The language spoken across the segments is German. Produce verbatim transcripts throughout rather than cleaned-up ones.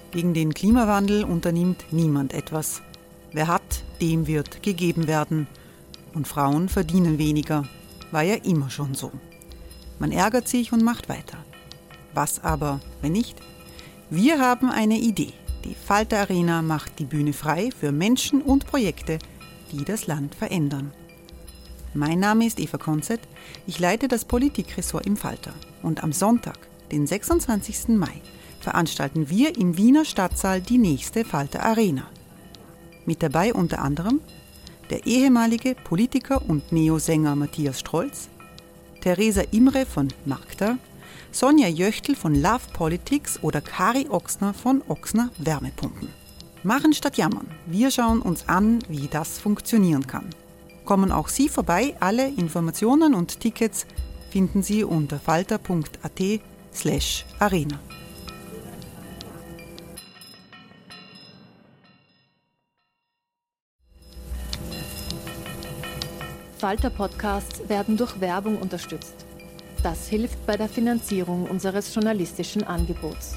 Gegen den Klimawandel unternimmt niemand etwas. Wer hat, dem wird gegeben werden. Und Frauen verdienen weniger. War ja immer schon so. Man ärgert sich und macht weiter. Was aber, wenn nicht? Wir haben eine Idee. Die Falter Arena macht die Bühne frei für Menschen und Projekte, die das Land verändern. Mein Name ist Eva Konzett. Ich leite das Politikressort im Falter. Und am Sonntag, den sechsundzwanzigsten Mai, veranstalten wir im Wiener Stadtsaal die nächste Falter Arena. Mit dabei unter anderem der ehemalige Politiker und Neosänger Matthias Strolz, Theresa Imre von Magda, Sonja Jöchtl von Love Politics oder Kari Ochsner von Ochsner Wärmepumpen. Machen statt jammern. Wir schauen uns an, wie das funktionieren kann. Kommen auch Sie vorbei. Alle Informationen und Tickets finden Sie unter falter punkt at slash arena. Falter-Podcasts werden durch Werbung unterstützt. Das hilft bei der Finanzierung unseres journalistischen Angebots.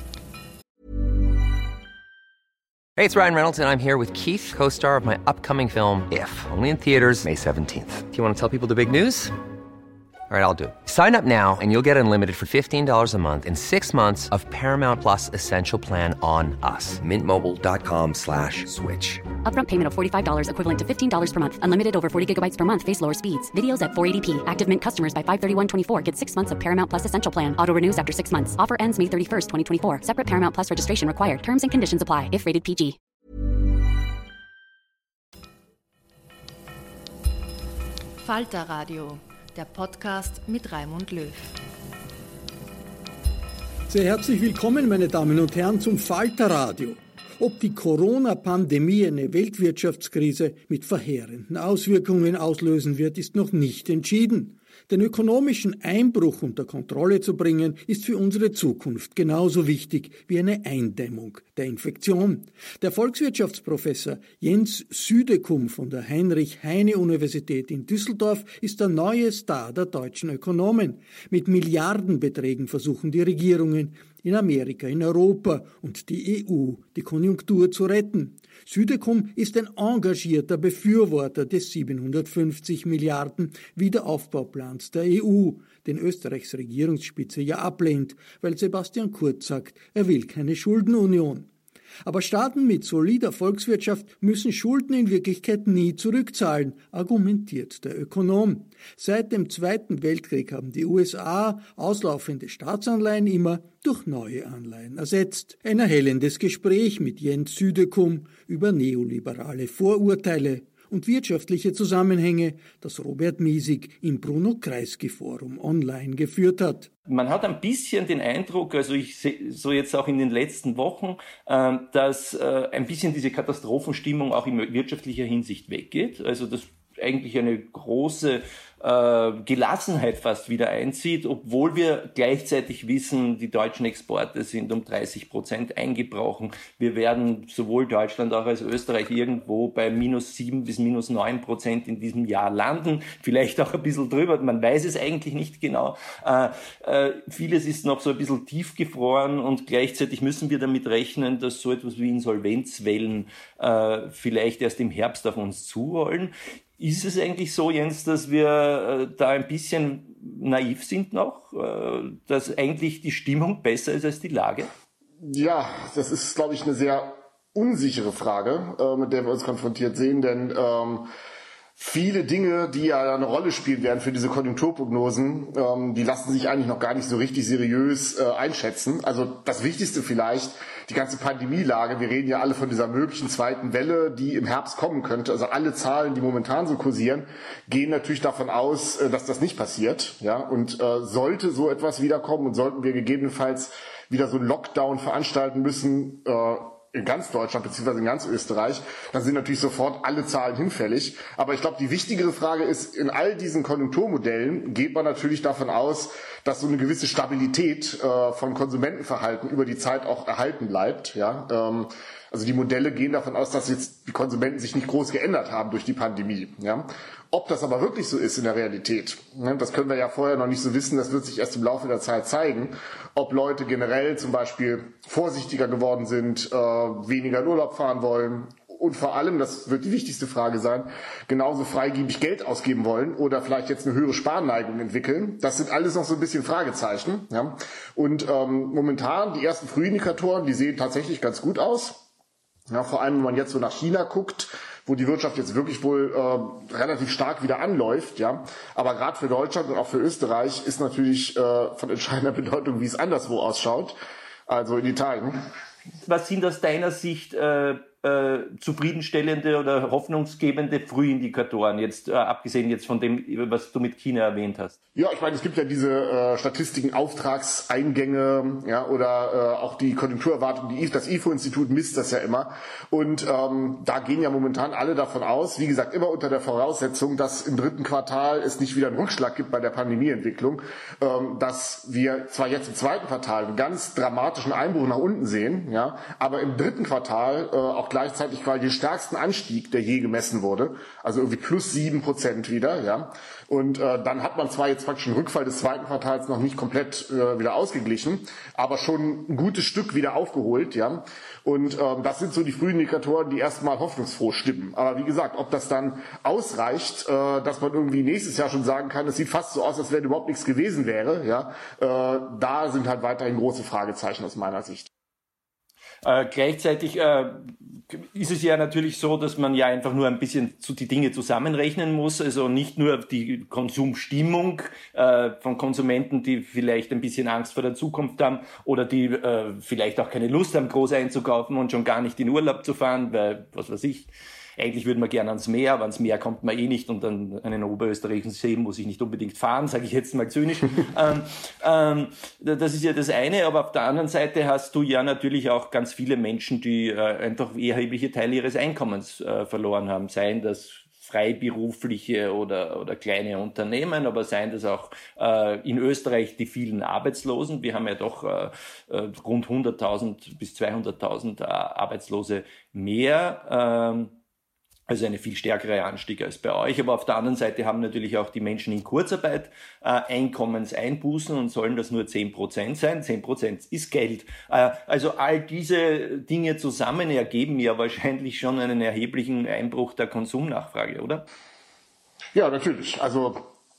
Hey, it's Ryan Reynolds, and I'm here with Keith, co-star of my upcoming film, If, only in theaters May seventeenth. Do you want to tell people the big news? All right, I'll do it. Sign up now and you'll get unlimited for fifteen dollars a month and six months of Paramount Plus Essential Plan on us. Mint Mobile dot com slash switch. Upfront payment of forty-five dollars equivalent to fifteen dollars per month. Unlimited over forty gigabytes per month. Face lower speeds. Videos at four eighty p. Active Mint customers by five thirty-one twenty-four get six months of Paramount Plus Essential Plan. Auto renews after six months. Offer ends May thirty-first, twenty twenty-four. Separate Paramount Plus registration required. Terms and conditions apply if rated P G. Falter Radio, der Podcast mit Raimund Löw. Sehr herzlich willkommen, meine Damen und Herren, zum Falter Radio. Ob die Corona-Pandemie eine Weltwirtschaftskrise mit verheerenden Auswirkungen auslösen wird, ist noch nicht entschieden. Den ökonomischen Einbruch unter Kontrolle zu bringen, ist für unsere Zukunft genauso wichtig wie eine Eindämmung der Infektion. Der Volkswirtschaftsprofessor Jens Südekum von der Heinrich-Heine-Universität in Düsseldorf ist der neue Star der deutschen Ökonomen. Mit Milliardenbeträgen versuchen die Regierungen in Amerika, in Europa und die E U die Konjunktur zu retten. Südekum ist ein engagierter Befürworter des siebenhundertfünfzig Milliarden Wiederaufbauplans der E U, den Österreichs Regierungsspitze ja ablehnt, weil Sebastian Kurz sagt, er will keine Schuldenunion. Aber Staaten mit solider Volkswirtschaft müssen Schulden in Wirklichkeit nie zurückzahlen, argumentiert der Ökonom. Seit dem Zweiten Weltkrieg haben die U S A auslaufende Staatsanleihen immer durch neue Anleihen ersetzt. Ein erhellendes Gespräch mit Jens Südekum über neoliberale Vorurteile und wirtschaftliche Zusammenhänge, das Robert Miesig im Bruno-Kreisky-Forum online geführt hat. Man hat ein bisschen den Eindruck, also ich sehe so jetzt auch in den letzten Wochen, äh, dass äh, ein bisschen diese Katastrophenstimmung auch in wirtschaftlicher Hinsicht weggeht. Also dass eigentlich eine große äh, Gelassenheit fast wieder einzieht, obwohl wir gleichzeitig wissen, die deutschen Exporte sind um dreißig Prozent eingebrochen. Wir werden sowohl Deutschland auch als Österreich irgendwo bei minus sieben bis minus neun Prozent in diesem Jahr landen, vielleicht auch ein bisschen drüber, man weiß es eigentlich nicht genau. Äh, äh, vieles ist noch so ein bisschen tiefgefroren und gleichzeitig müssen wir damit rechnen, dass so etwas wie Insolvenzwellen äh, vielleicht erst im Herbst auf uns zurollen. Ist es eigentlich so, Jens, dass wir äh, da ein bisschen naiv sind noch, äh, dass eigentlich die Stimmung besser ist als die Lage? Ja, das ist, glaube ich, eine sehr unsichere Frage, äh, mit der wir uns konfrontiert sehen, denn ähm, viele Dinge, die ja eine Rolle spielen werden für diese Konjunkturprognosen, ähm, die lassen sich eigentlich noch gar nicht so richtig seriös äh, einschätzen. Also das Wichtigste vielleicht, die ganze Pandemielage. Wir reden ja alle von dieser möglichen zweiten Welle, die im Herbst kommen könnte. Also alle Zahlen, die momentan so kursieren, gehen natürlich davon aus, äh, dass das nicht passiert. Ja, und äh, sollte so etwas wiederkommen und sollten wir gegebenenfalls wieder so einen Lockdown veranstalten müssen, äh, in ganz Deutschland beziehungsweise in ganz Österreich, dann sind natürlich sofort alle Zahlen hinfällig. Aber ich glaube, die wichtigere Frage ist, in all diesen Konjunkturmodellen geht man natürlich davon aus, dass so eine gewisse Stabilität äh, von Konsumentenverhalten über die Zeit auch erhalten bleibt. Ja, ähm, also die Modelle gehen davon aus, dass jetzt die Konsumenten sich nicht groß geändert haben durch die Pandemie. Ja, Ob das aber wirklich so ist in der Realität, ne, das können wir ja vorher noch nicht so wissen, das wird sich erst im Laufe der Zeit zeigen, ob Leute generell zum Beispiel vorsichtiger geworden sind, äh, weniger in Urlaub fahren wollen und vor allem, das wird die wichtigste Frage sein, genauso freigebig Geld ausgeben wollen oder vielleicht jetzt eine höhere Sparneigung entwickeln. Das sind alles noch so ein bisschen Fragezeichen. Ja. Und ähm, momentan, die ersten Frühindikatoren, die sehen tatsächlich ganz gut aus. Ja, vor allem, wenn man jetzt so nach China guckt, wo die Wirtschaft jetzt wirklich wohl äh, relativ stark wieder anläuft. Ja. Aber gerade für Deutschland und auch für Österreich ist natürlich äh, von entscheidender Bedeutung, wie es anderswo ausschaut, also in Italien. Was sind aus deiner Sicht äh, äh, zufriedenstellende oder hoffnungsgebende Frühindikatoren, jetzt äh, abgesehen jetzt von dem, was du mit China erwähnt hast? Ja, ich meine, es gibt ja diese äh, Statistiken, Auftragseingänge, ja, oder äh, auch die Konjunkturerwartung, die, das I F O-Institut misst das ja immer. Und ähm, da gehen ja momentan alle davon aus, wie gesagt, immer unter der Voraussetzung, dass im dritten Quartal es nicht wieder einen Rückschlag gibt bei der Pandemieentwicklung, ähm, dass wir zwar jetzt im zweiten Quartal einen ganz dramatischen Einbruch nach unten sehen, ja, aber im dritten Quartal äh, auch gleichzeitig quasi den stärksten Anstieg, der je gemessen wurde, also irgendwie plus sieben Prozent wieder, ja. Und äh, dann hat man zwar jetzt praktisch einen Rückfall des zweiten Quartals noch nicht komplett äh, wieder ausgeglichen, aber schon ein gutes Stück wieder aufgeholt, ja. Und ähm, das sind so die frühen Indikatoren, die erstmal hoffnungsfroh stimmen. Aber wie gesagt, ob das dann ausreicht, äh, dass man irgendwie nächstes Jahr schon sagen kann, es sieht fast so aus, als wenn überhaupt nichts gewesen wäre, ja, äh, da sind halt weiterhin große Fragezeichen aus meiner Sicht. Äh, gleichzeitig äh, ist es ja natürlich so, dass man ja einfach nur ein bisschen zu die Dinge zusammenrechnen muss, also nicht nur die Konsumstimmung äh, von Konsumenten, die vielleicht ein bisschen Angst vor der Zukunft haben oder die äh, vielleicht auch keine Lust haben, groß einzukaufen und schon gar nicht in Urlaub zu fahren, weil, was weiß ich, eigentlich würde man gerne ans Meer, aber ans Meer kommt man eh nicht und an einen oberösterreichischen See muss ich nicht unbedingt fahren, sage ich jetzt mal zynisch. ähm, ähm, das ist ja das eine, aber auf der anderen Seite hast du ja natürlich auch ganz viele Menschen, die äh, einfach erhebliche Teile ihres Einkommens äh, verloren haben, seien das freiberufliche oder, oder kleine Unternehmen, aber seien das auch äh, in Österreich die vielen Arbeitslosen. Wir haben ja doch äh, rund hunderttausend bis zweihunderttausend äh, Arbeitslose mehr. Ähm, Also eine viel stärkere Anstieg als bei euch. Aber auf der anderen Seite haben natürlich auch die Menschen in Kurzarbeit äh, Einkommenseinbußen und sollen das nur zehn Prozent sein. zehn Prozent ist Geld. Äh, also all diese Dinge zusammen ergeben ja wahrscheinlich schon einen erheblichen Einbruch der Konsumnachfrage, oder? Ja, natürlich. Also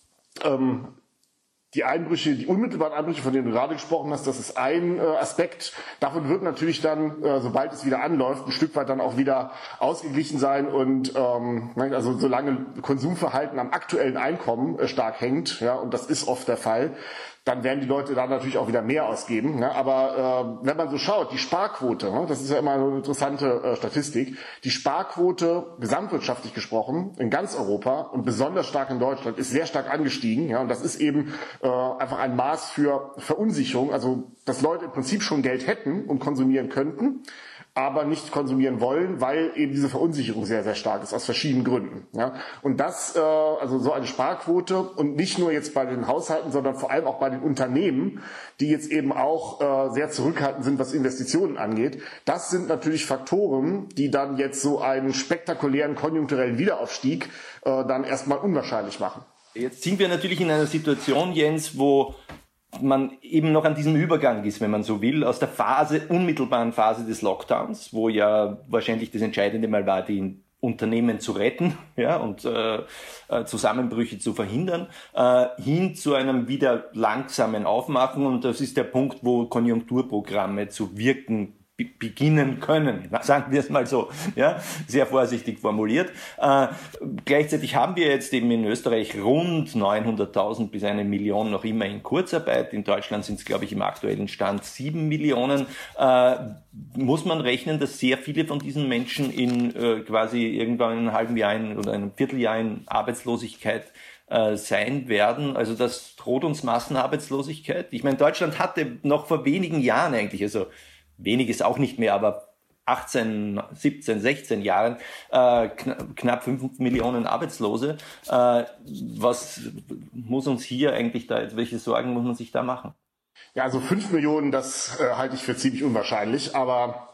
ähm Die Einbrüche, die unmittelbaren Einbrüche, von denen du gerade gesprochen hast, das ist ein äh, Aspekt. Davon wird natürlich dann, äh, sobald es wieder anläuft, ein Stück weit dann auch wieder ausgeglichen sein und ähm, also solange Konsumverhalten am aktuellen Einkommen äh, stark hängt, ja, und das ist oft der Fall, dann werden die Leute da natürlich auch wieder mehr ausgeben. Ne? Aber äh, wenn man so schaut, die Sparquote, ne? Das ist ja immer eine interessante äh, Statistik, die Sparquote, gesamtwirtschaftlich gesprochen, in ganz Europa und besonders stark in Deutschland, ist sehr stark angestiegen. Ja? Und das ist eben äh, einfach ein Maß für Verunsicherung, also dass Leute im Prinzip schon Geld hätten und konsumieren könnten, aber nicht konsumieren wollen, weil eben diese Verunsicherung sehr, sehr stark ist, aus verschiedenen Gründen. Ja. Und das, äh, also so eine Sparquote und nicht nur jetzt bei den Haushalten, sondern vor allem auch bei den Unternehmen, die jetzt eben auch äh, sehr zurückhaltend sind, was Investitionen angeht, das sind natürlich Faktoren, die dann jetzt so einen spektakulären konjunkturellen Wiederaufstieg äh, dann erstmal unwahrscheinlich machen. Jetzt sind wir natürlich in einer Situation, Jens, wo man eben noch an diesem Übergang ist, wenn man so will, aus der Phase, unmittelbaren Phase des Lockdowns, wo ja wahrscheinlich das Entscheidende mal war, die Unternehmen zu retten, ja, und äh, Zusammenbrüche zu verhindern, äh, hin zu einem wieder langsamen Aufmachen. Und das ist der Punkt, wo Konjunkturprogramme zu wirken beginnen können, sagen wir es mal so, ja, sehr vorsichtig formuliert. Äh, gleichzeitig haben wir jetzt eben in Österreich rund neunhunderttausend bis eine Million noch immer in Kurzarbeit. In Deutschland sind es, glaube ich, im aktuellen Stand sieben Millionen. Äh, muss man rechnen, dass sehr viele von diesen Menschen in äh, quasi irgendwann in einem halben Jahr in, oder einem Vierteljahr in Arbeitslosigkeit äh, sein werden? Also das droht uns Massenarbeitslosigkeit. Ich meine, Deutschland hatte noch vor wenigen Jahren eigentlich, also wenig ist auch nicht mehr, aber achtzehn, siebzehn, sechzehn Jahren äh, kn- knapp fünf Millionen Arbeitslose. Äh, was muss uns hier eigentlich da, welche Sorgen muss man sich da machen? Ja, also fünf Millionen, das äh, halte ich für ziemlich unwahrscheinlich, aber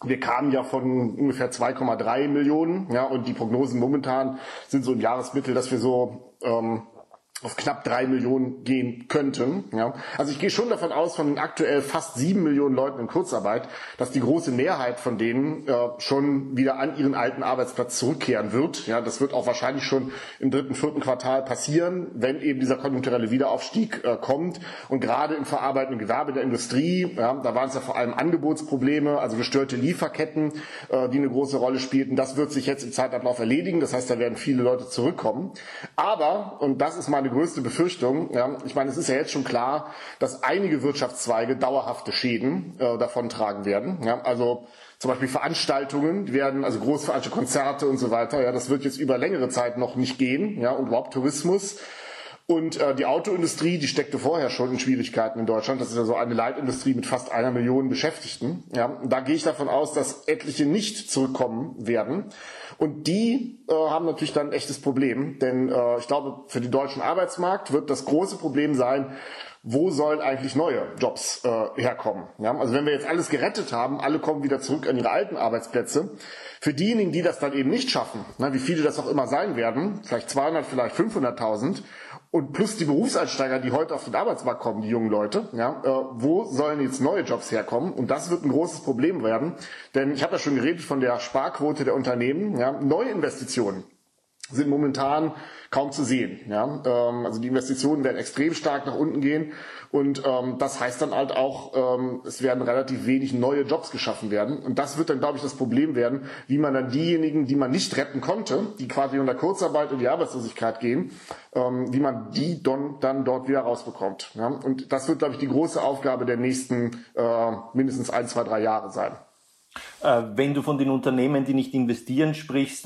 Wir kamen ja von ungefähr zwei Komma drei Millionen, ja, und die Prognosen momentan sind so im Jahresmittel, dass wir so ähm, auf knapp drei Millionen gehen könnten. Ja. Also ich gehe schon davon aus, von den aktuell fast sieben Millionen Leuten in Kurzarbeit, dass die große Mehrheit von denen äh, schon wieder an ihren alten Arbeitsplatz zurückkehren wird. Ja, das wird auch wahrscheinlich schon im dritten, vierten Quartal passieren, wenn eben dieser konjunkturelle Wiederaufstieg äh, kommt. Und gerade im verarbeitenden Gewerbe der Industrie, ja, da waren es ja vor allem Angebotsprobleme, also gestörte Lieferketten, äh, die eine große Rolle spielten. Das wird sich jetzt im Zeitablauf erledigen. Das heißt, da werden viele Leute zurückkommen. Aber, und das ist meine größte Befürchtung, ja, ich meine, es ist ja jetzt schon klar, dass einige Wirtschaftszweige dauerhafte Schäden äh, davontragen werden. Ja, also zum Beispiel Veranstaltungen werden, also Großveranstaltungen, Konzerte und so weiter, ja, das wird jetzt über längere Zeit noch nicht gehen, ja, und überhaupt Tourismus. Und äh, die Autoindustrie, die steckte vorher schon in Schwierigkeiten in Deutschland. Das ist ja so eine Leitindustrie mit fast einer Million Beschäftigten. Ja, und da gehe ich davon aus, dass etliche nicht zurückkommen werden. Und die äh, haben natürlich dann ein echtes Problem. Denn äh, ich glaube, für den deutschen Arbeitsmarkt wird das große Problem sein, wo sollen eigentlich neue Jobs äh, herkommen? Ja, also wenn wir jetzt alles gerettet haben, alle kommen wieder zurück an ihre alten Arbeitsplätze. Für diejenigen, die das dann eben nicht schaffen, na, wie viele das auch immer sein werden, vielleicht zweihundert, vielleicht fünfhunderttausend, und plus die Berufseinsteiger, die heute auf den Arbeitsmarkt kommen, die jungen Leute, ja, äh, wo sollen jetzt neue Jobs herkommen? Und das wird ein großes Problem werden, denn ich habe ja schon geredet von der Sparquote der Unternehmen. Ja, neue Investitionen sind momentan kaum zu sehen. Ja, ähm, also die Investitionen werden extrem stark nach unten gehen und ähm, das heißt dann halt auch, ähm, es werden relativ wenig neue Jobs geschaffen werden und das wird dann, glaube ich, das Problem werden, wie man dann diejenigen, die man nicht retten konnte, die quasi unter Kurzarbeit in die Arbeitslosigkeit gehen, ähm, wie man die don, dann dort wieder rausbekommt. Ja, und das wird, glaube ich, die große Aufgabe der nächsten äh, mindestens ein, zwei, drei Jahre sein. Wenn du von den Unternehmen, die nicht investieren, sprichst,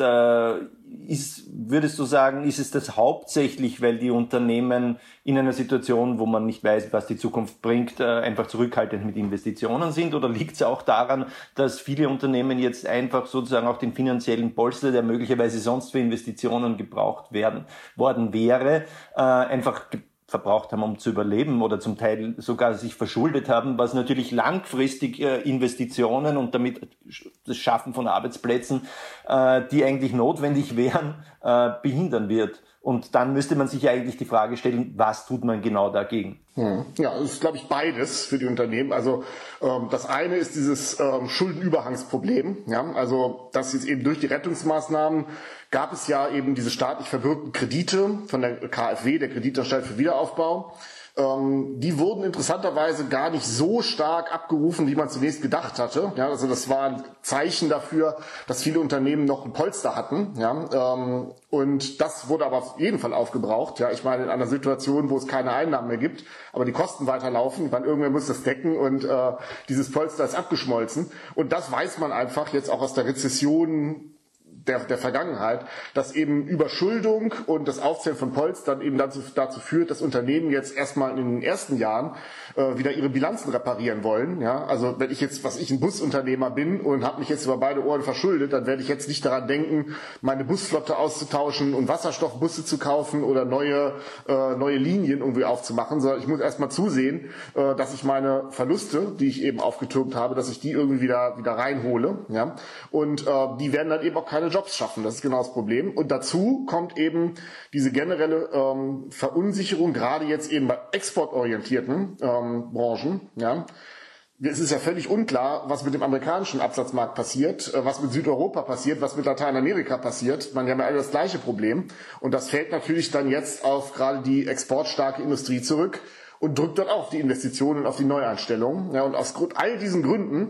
ist, würdest du sagen, ist es das hauptsächlich, weil die Unternehmen in einer Situation, wo man nicht weiß, was die Zukunft bringt, einfach zurückhaltend mit Investitionen sind? Oder liegt es auch daran, dass viele Unternehmen jetzt einfach sozusagen auch den finanziellen Polster, der möglicherweise sonst für Investitionen gebraucht werden worden wäre, einfach verbraucht haben, um zu überleben oder zum Teil sogar sich verschuldet haben, was natürlich langfristig äh, Investitionen und damit das Schaffen von Arbeitsplätzen, äh, die eigentlich notwendig wären, äh, behindern wird. Und dann müsste man sich eigentlich die Frage stellen, was tut man genau dagegen? Hm. Ja, das ist, glaube ich, beides für die Unternehmen. Also ähm, das eine ist dieses ähm, Schuldenüberhangsproblem. Ja? Also dass jetzt eben durch die Rettungsmaßnahmen gab es ja eben diese staatlich verwirkten Kredite von der K f W, der Kreditanstalt für Wiederaufbau. Ähm, die wurden interessanterweise gar nicht so stark abgerufen, wie man zunächst gedacht hatte. Ja, also das war ein Zeichen dafür, dass viele Unternehmen noch ein Polster hatten. Ja, ähm, und das wurde aber auf jeden Fall aufgebraucht. Ja, ich meine, in einer Situation, wo es keine Einnahmen mehr gibt, aber die Kosten weiterlaufen, ich meine, irgendwer muss das decken und äh, dieses Polster ist abgeschmolzen. Und das weiß man einfach jetzt auch aus der Rezession Der, der Vergangenheit, dass eben Überschuldung und das Aufzählen von Polstern eben dazu, dazu führt, dass Unternehmen jetzt erstmal in den ersten Jahren äh, wieder ihre Bilanzen reparieren wollen. Ja? Also wenn ich jetzt, was ich ein Busunternehmer bin und habe mich jetzt über beide Ohren verschuldet, dann werde ich jetzt nicht daran denken, meine Busflotte auszutauschen und Wasserstoffbusse zu kaufen oder neue, äh, neue Linien irgendwie aufzumachen, sondern ich muss erstmal zusehen, äh, dass ich meine Verluste, die ich eben aufgetürmt habe, dass ich die irgendwie wieder, wieder reinhole. Ja? Und äh, die werden dann eben auch keine Jobs schaffen. Das ist genau das Problem. Und dazu kommt eben diese generelle ähm, Verunsicherung, gerade jetzt eben bei exportorientierten ähm, Branchen. Ja. Es ist ja völlig unklar, was mit dem amerikanischen Absatzmarkt passiert, äh, was mit Südeuropa passiert, was mit Lateinamerika passiert. Man, die haben ja alle das gleiche Problem. Und das fällt natürlich dann jetzt auf gerade die exportstarke Industrie zurück und drückt dort auch die Investitionen auf die Neueinstellungen. Ja, und aus Grund, all diesen Gründen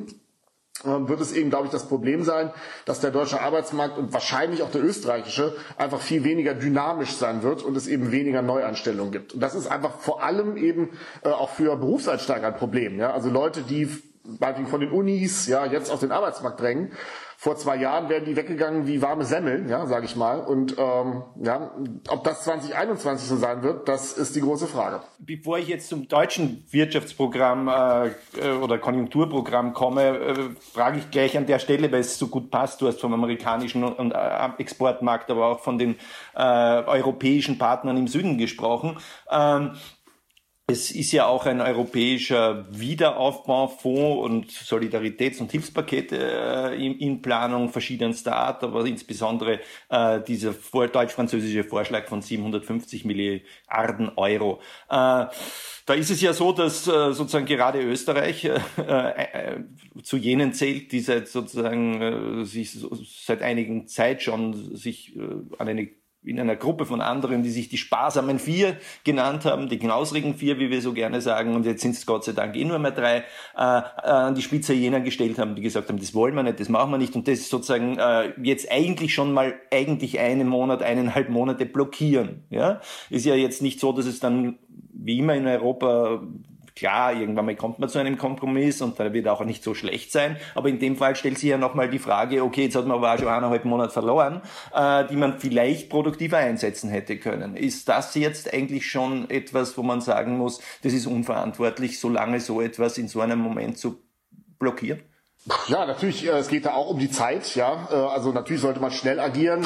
wird es eben, glaube ich, das Problem sein, dass der deutsche Arbeitsmarkt und wahrscheinlich auch der österreichische einfach viel weniger dynamisch sein wird und es eben weniger Neueinstellungen gibt. Und das ist einfach vor allem eben äh, auch für Berufseinsteiger ein Problem. Ja? Also Leute, die von den Unis ja jetzt auf den Arbeitsmarkt drängen. Vor zwei Jahren wären die weggegangen wie warme Semmeln, ja, sage ich mal. Und ähm, ja, ob das zwanzig einundzwanzig so sein wird, das ist die große Frage. Bevor ich jetzt zum deutschen Wirtschaftsprogramm äh, oder Konjunkturprogramm komme, äh, frage ich gleich an der Stelle, weil es so gut passt. Du hast vom amerikanischen und, äh, Exportmarkt, aber auch von den äh, europäischen Partnern im Süden gesprochen. Ähm, Es ist ja auch ein europäischer Wiederaufbaufonds und Solidaritäts- und Hilfspakete äh, in, in Planung verschiedenster Art, aber insbesondere äh, dieser vor, deutsch-französische Vorschlag von siebenhundertfünfzig Milliarden Euro. Äh, Da ist es ja so, dass äh, sozusagen gerade Österreich äh, äh, zu jenen zählt, die seit sozusagen äh, sich so, seit einigen Zeit schon sich äh, an eine in einer Gruppe von anderen, die sich die sparsamen Vier genannt haben, die knausrigen Vier, wie wir so gerne sagen, und jetzt sind es Gott sei Dank eh nur mehr drei, äh, an die Spitze jener gestellt haben, die gesagt haben, das wollen wir nicht, das machen wir nicht, und das sozusagen äh, jetzt eigentlich schon mal eigentlich einen Monat, eineinhalb Monate blockieren. Ja, ist ja jetzt nicht so, dass es dann wie immer in Europa, klar, irgendwann mal kommt man zu einem Kompromiss und der wird auch nicht so schlecht sein, aber in dem Fall stellt sich ja nochmal die Frage, okay, jetzt hat man aber auch schon eineinhalb Monate verloren, äh, die man vielleicht produktiver einsetzen hätte können. Ist das jetzt eigentlich schon etwas, wo man sagen muss, das ist unverantwortlich, so lange so etwas in so einem Moment zu blockieren? Ja, natürlich, es geht da auch um die Zeit, ja, also natürlich sollte man schnell agieren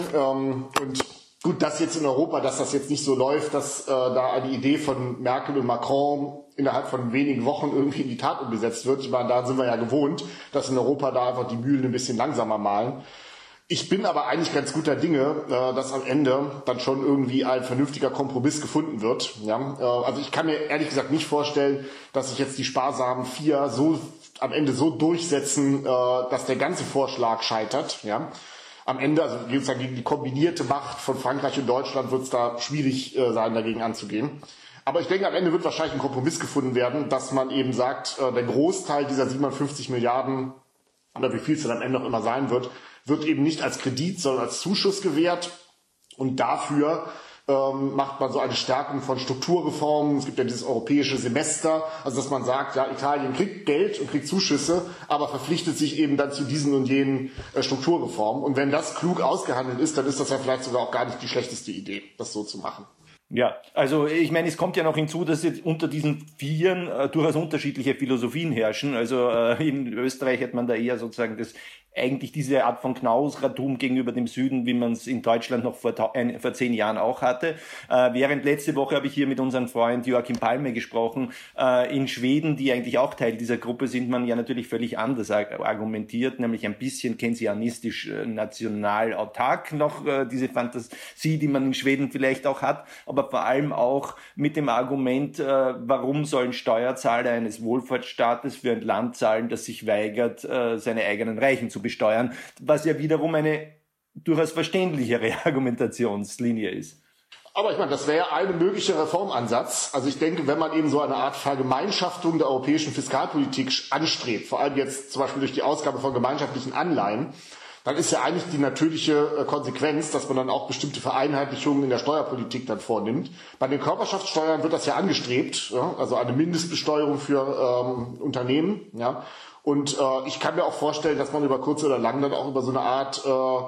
und gut, dass jetzt in Europa, dass das jetzt nicht so läuft, dass äh, da eine Idee von Merkel und Macron innerhalb von wenigen Wochen irgendwie in die Tat umgesetzt wird. Ich meine, da sind wir ja gewohnt, dass in Europa da einfach die Mühlen ein bisschen langsamer mahlen. Ich bin aber eigentlich ganz guter Dinge, äh, dass am Ende dann schon irgendwie ein vernünftiger Kompromiss gefunden wird. Ja? Äh, also ich kann mir ehrlich gesagt nicht vorstellen, dass sich jetzt die sparsamen Vier so am Ende so durchsetzen, äh, dass der ganze Vorschlag scheitert. Ja? Am Ende, also gegen die kombinierte Macht von Frankreich und Deutschland, wird es da schwierig äh, sein, dagegen anzugehen. Aber ich denke, am Ende wird wahrscheinlich ein Kompromiss gefunden werden, dass man eben sagt, äh, der Großteil dieser siebenundfünfzig Milliarden, oder wie viel es dann am Ende auch immer sein wird, wird eben nicht als Kredit, sondern als Zuschuss gewährt. Und dafür ähm, macht man so eine Stärkung von Strukturreformen. Es gibt ja dieses europäische Semester, also dass man sagt, ja, Italien kriegt Geld und kriegt Zuschüsse, aber verpflichtet sich eben dann zu diesen und jenen äh, Strukturreformen. Und wenn das klug ausgehandelt ist, dann ist das ja vielleicht sogar auch gar nicht die schlechteste Idee, das so zu machen. Ja, also ich meine, es kommt ja noch hinzu, dass jetzt unter diesen Vieren äh, durchaus unterschiedliche Philosophien herrschen. Also äh, in Österreich hat man da eher sozusagen das eigentlich diese Art von Knausratum gegenüber dem Süden, wie man es in Deutschland noch vor, ein, vor zehn Jahren auch hatte. Äh, während letzte Woche habe ich hier mit unserem Freund Joachim Palme gesprochen. Äh, in Schweden, die eigentlich auch Teil dieser Gruppe sind, man ja natürlich völlig anders argumentiert, nämlich ein bisschen keynesianistisch äh, national autark noch, äh, diese Fantasie, die man in Schweden vielleicht auch hat, aber vor allem auch mit dem Argument, äh, warum sollen Steuerzahler eines Wohlfahrtsstaates für ein Land zahlen, das sich weigert, äh, seine eigenen Reichen zu besteuern, was ja wiederum eine durchaus verständlichere Argumentationslinie ist. Aber ich meine, das wäre ein möglicher Reformansatz. Also ich denke, wenn man eben so eine Art Vergemeinschaftung der europäischen Fiskalpolitik anstrebt, vor allem jetzt zum Beispiel durch die Ausgabe von gemeinschaftlichen Anleihen, dann ist ja eigentlich die natürliche Konsequenz, dass man dann auch bestimmte Vereinheitlichungen in der Steuerpolitik dann vornimmt. Bei den Körperschaftssteuern wird das ja angestrebt, ja, also eine Mindestbesteuerung für ähm, Unternehmen, ja. Und äh, ich kann mir auch vorstellen, dass man über kurz oder lang dann auch über so eine Art äh,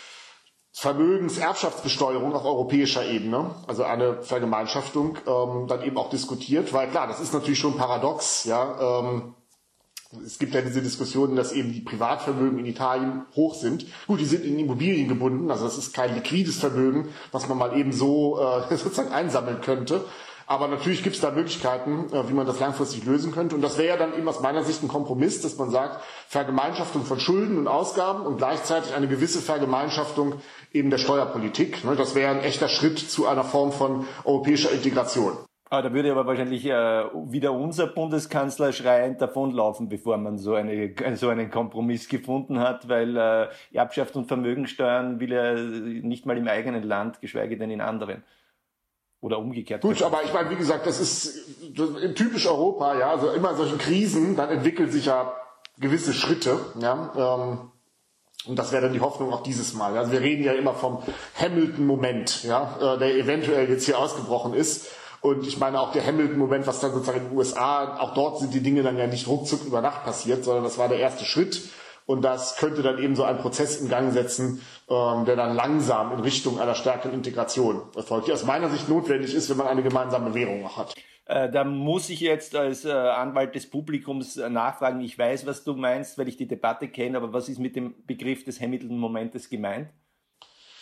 Vermögenserbschaftsbesteuerung auf europäischer Ebene, also eine Vergemeinschaftung, ähm, dann eben auch diskutiert, weil klar, das ist natürlich schon paradox, ja. Ähm, es gibt ja diese Diskussionen, dass eben die Privatvermögen in Italien hoch sind. Gut, die sind in Immobilien gebunden, also das ist kein liquides Vermögen, was man mal eben so äh, sozusagen einsammeln könnte. Aber natürlich gibt es da Möglichkeiten, wie man das langfristig lösen könnte. Und das wäre ja dann eben aus meiner Sicht ein Kompromiss, dass man sagt, Vergemeinschaftung von Schulden und Ausgaben und gleichzeitig eine gewisse Vergemeinschaftung eben der Steuerpolitik. Das wäre ein echter Schritt zu einer Form von europäischer Integration. Ah, da würde aber wahrscheinlich äh, wieder unser Bundeskanzler schreiend davonlaufen, bevor man so, eine, so einen Kompromiss gefunden hat, weil äh, Erbschaft und Vermögensteuern will er nicht mal im eigenen Land, geschweige denn in anderen. Oder umgekehrt. Gut, aber ich meine, wie gesagt, das ist typisch Europa, ja, also immer in solchen Krisen, dann entwickeln sich ja gewisse Schritte, ja, ähm, und das wäre dann die Hoffnung auch dieses Mal. Also wir reden ja immer vom Hamilton-Moment, ja, äh, der eventuell jetzt hier ausgebrochen ist. Und ich meine auch der Hamilton-Moment, was dann sozusagen in den U S A, auch dort sind die Dinge dann ja nicht ruckzuck über Nacht passiert, sondern das war der erste Schritt. Und das könnte dann eben so einen Prozess in Gang setzen, ähm, der dann langsam in Richtung einer stärkeren Integration erfolgt, die aus meiner Sicht notwendig ist, wenn man eine gemeinsame Währung noch hat. Äh, da muss ich jetzt als äh, Anwalt des Publikums äh, nachfragen. Ich weiß, was du meinst, weil ich die Debatte kenne, aber was ist mit dem Begriff des Hamilton-Momentes gemeint?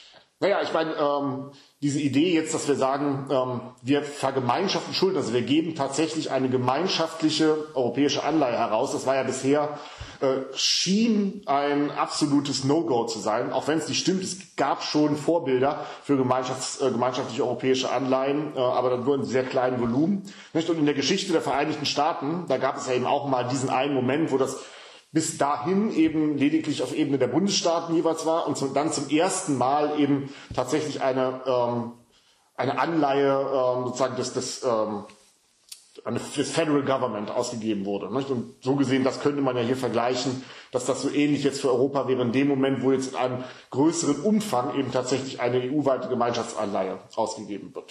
Naja, ich meine, ähm, diese Idee jetzt, dass wir sagen, ähm, wir vergemeinschaften Schulden, also wir geben tatsächlich eine gemeinschaftliche europäische Anleihe heraus, das war ja bisher, äh, schien ein absolutes No-Go zu sein, auch wenn es nicht stimmt, es gab schon Vorbilder für Gemeinschafts-, äh, gemeinschaftliche europäische Anleihen, äh, aber dann nur in sehr kleinen Volumen. Nicht? Und in der Geschichte der Vereinigten Staaten, da gab es ja eben auch mal diesen einen Moment, wo das bis dahin eben lediglich auf Ebene der Bundesstaaten jeweils war und zum, dann zum ersten Mal eben tatsächlich eine, ähm, eine Anleihe ähm, sozusagen des, des, ähm, des Federal Government ausgegeben wurde. Nicht? Und so gesehen, das könnte man ja hier vergleichen, dass das so ähnlich jetzt für Europa wäre in dem Moment, wo jetzt in einem größeren Umfang eben tatsächlich eine E U-weite Gemeinschaftsanleihe ausgegeben wird.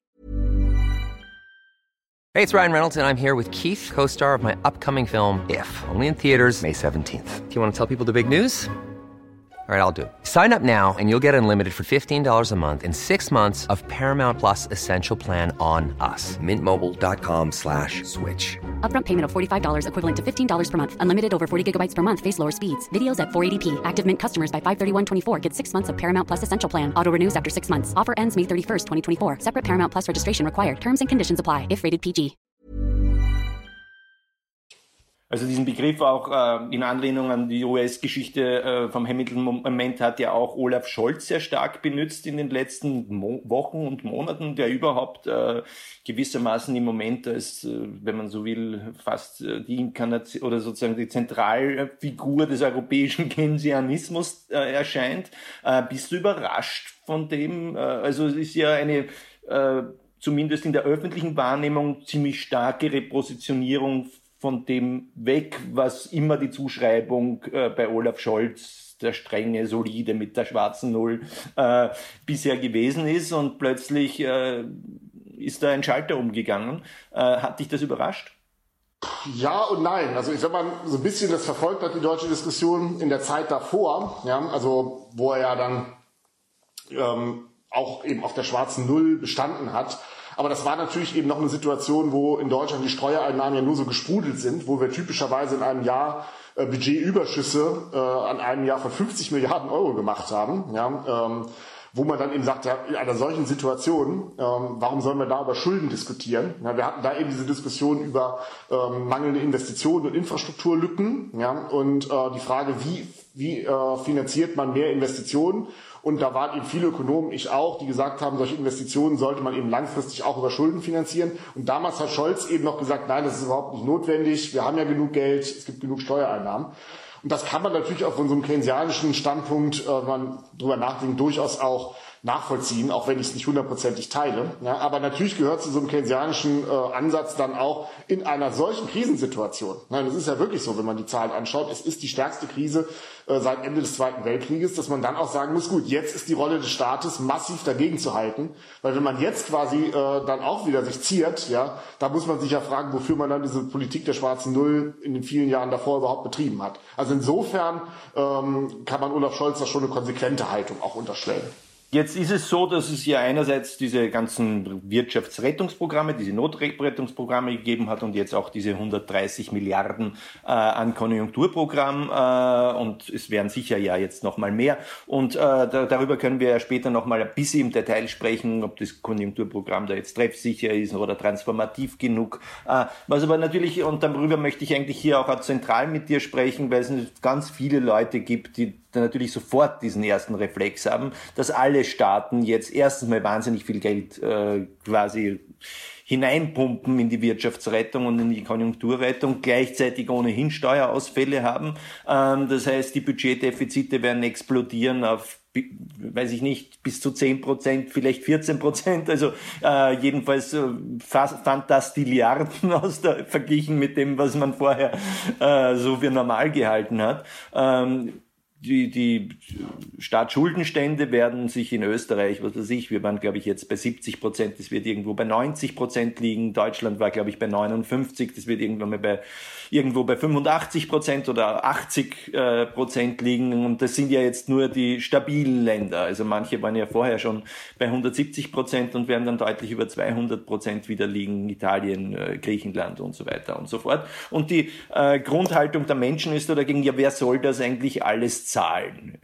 Hey, it's Ryan Reynolds, and I'm here with Keith, co-star of my upcoming film, If, only in theaters May seventeenth. Do you want to tell people the big news? All right, I'll do it. Sign up now and you'll get unlimited for fifteen dollars a month and six months of Paramount Plus Essential Plan on us. Mint Mobile dot com slash switch. Upfront payment of forty-five dollars equivalent to fifteen dollars per month. Unlimited over forty gigabytes per month. Face lower speeds. Videos at four eighty p. Active Mint customers by five thirty-one twenty-four get six months of Paramount Plus Essential Plan. Auto renews after six months. Offer ends May thirty-first, twenty twenty-four. Separate Paramount Plus registration required. Terms and conditions apply if rated P G. Also diesen Begriff auch äh, in Anlehnung an die U S-Geschichte äh, vom Hamilton-Moment hat ja auch Olaf Scholz sehr stark benutzt in den letzten Mo- Wochen und Monaten, der überhaupt äh, gewissermaßen im Moment als, äh, wenn man so will, fast äh, die Inkarnation oder sozusagen die Zentralfigur des europäischen Keynesianismus äh, erscheint. Äh, bist du überrascht von dem? Äh, also es ist ja eine äh, zumindest in der öffentlichen Wahrnehmung ziemlich starke Repositionierung von dem weg, was immer die Zuschreibung äh, bei Olaf Scholz, der strenge, solide mit der schwarzen Null, äh, bisher gewesen ist. Und plötzlich äh, ist da ein Schalter umgegangen. Äh, hat dich das überrascht? Ja und nein. Also wenn man so ein bisschen das verfolgt hat, die deutsche Diskussion in der Zeit davor, ja, also wo er ja dann ähm, auch eben auf der schwarzen Null bestanden hat. Aber das war natürlich eben noch eine Situation, wo in Deutschland die Steuereinnahmen ja nur so gesprudelt sind, wo wir typischerweise in einem Jahr äh, Budgetüberschüsse äh, an einem Jahr von fünfzig Milliarden Euro gemacht haben, ja, ähm, wo man dann eben sagt, ja, in einer solchen Situation, ähm, warum sollen wir da über Schulden diskutieren? Ja, wir hatten da eben diese Diskussion über ähm, mangelnde Investitionen und Infrastrukturlücken, ja, und äh, die Frage, wie, wie äh, finanziert man mehr Investitionen? Und da waren eben viele Ökonomen, ich auch, die gesagt haben, solche Investitionen sollte man eben langfristig auch über Schulden finanzieren. Und damals hat Scholz eben noch gesagt, nein, das ist überhaupt nicht notwendig. Wir haben ja genug Geld, es gibt genug Steuereinnahmen. Und das kann man natürlich auch von so einem keynesianischen Standpunkt, äh, wenn man drüber nachdenkt, durchaus auch nachvollziehen, auch wenn ich es nicht hundertprozentig teile. Ja, aber natürlich gehört zu so einem keynesianischen äh, Ansatz dann auch in einer solchen Krisensituation. Nein, das ist ja wirklich so, wenn man die Zahlen anschaut. Es ist die stärkste Krise äh, seit Ende des Zweiten Weltkrieges, dass man dann auch sagen muss, gut, jetzt ist die Rolle des Staates massiv dagegen zu halten, weil wenn man jetzt quasi äh, dann auch wieder sich ziert, ja, da muss man sich ja fragen, wofür man dann diese Politik der schwarzen Null in den vielen Jahren davor überhaupt betrieben hat. Also insofern ähm, kann man Olaf Scholz da schon eine konsequente Haltung auch unterstellen. Jetzt ist es so, dass es ja einerseits diese ganzen Wirtschaftsrettungsprogramme, diese Notrettungsprogramme gegeben hat und jetzt auch diese hundertdreißig Milliarden äh, an Konjunkturprogramm äh, und es wären sicher ja jetzt noch mal mehr und äh, da, darüber können wir ja später noch mal ein bisschen im Detail sprechen, ob das Konjunkturprogramm da jetzt treffsicher ist oder transformativ genug. Äh, was aber natürlich, und darüber möchte ich eigentlich hier auch zentral mit dir sprechen, weil es ganz viele Leute gibt, die natürlich sofort diesen ersten Reflex haben, dass alle Staaten jetzt erstens mal wahnsinnig viel Geld äh, quasi hineinpumpen in die Wirtschaftsrettung und in die Konjunkturrettung, gleichzeitig ohnehin Steuerausfälle haben. Ähm, das heißt, die Budgetdefizite werden explodieren auf, weiß ich nicht, bis zu zehn Prozent, vielleicht vierzehn Prozent, also äh, jedenfalls äh, fast Fantastilliarden aus der, verglichen mit dem, was man vorher äh, so für normal gehalten hat. Ähm, Die, die Staatsschuldenstände werden sich in Österreich, was weiß ich, wir waren, glaube ich, jetzt bei siebzig Prozent, das wird irgendwo bei neunzig Prozent liegen. Deutschland war, glaube ich, bei neunundfünfzig, das wird irgendwann mal bei, irgendwo bei fünfundachtzig Prozent oder achtzig äh, Prozent liegen. Und das sind ja jetzt nur die stabilen Länder. Also manche waren ja vorher schon bei hundertsiebzig Prozent und werden dann deutlich über zweihundert Prozent wieder liegen. Italien, äh, Griechenland und so weiter und so fort. Und die äh, Grundhaltung der Menschen ist da dagegen, ja, wer soll das eigentlich alles zahlen.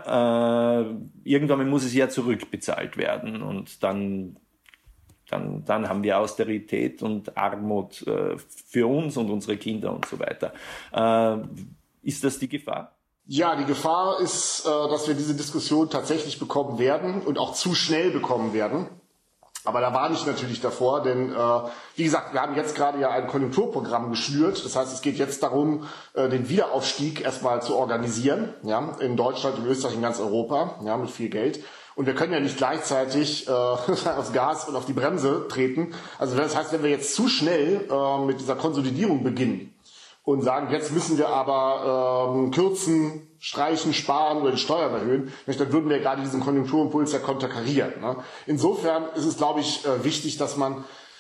Ja? Äh, irgendwann muss es ja zurückbezahlt werden und dann, dann, dann haben wir Austerität und Armut äh, für uns und unsere Kinder und so weiter. Äh, ist das die Gefahr? Ja, die Gefahr ist, dass wir diese Diskussion tatsächlich bekommen werden und auch zu schnell bekommen werden. Aber da warne ich natürlich davor, denn wie gesagt, wir haben jetzt gerade ja ein Konjunkturprogramm geschnürt. Das heißt, es geht jetzt darum, den Wiederaufstieg erstmal zu organisieren, ja, in Deutschland, in Österreich, in ganz Europa, ja, mit viel Geld. Und wir können ja nicht gleichzeitig äh, aufs Gas und auf die Bremse treten. Also das heißt, wenn wir jetzt zu schnell äh, mit dieser Konsolidierung beginnen, und sagen, jetzt müssen wir aber ähm, kürzen, streichen, sparen oder die Steuern erhöhen, dann würden wir gerade diesen Konjunkturimpuls ja konterkarieren. Ne? Insofern ist es, glaube ich, äh, wichtig, dass man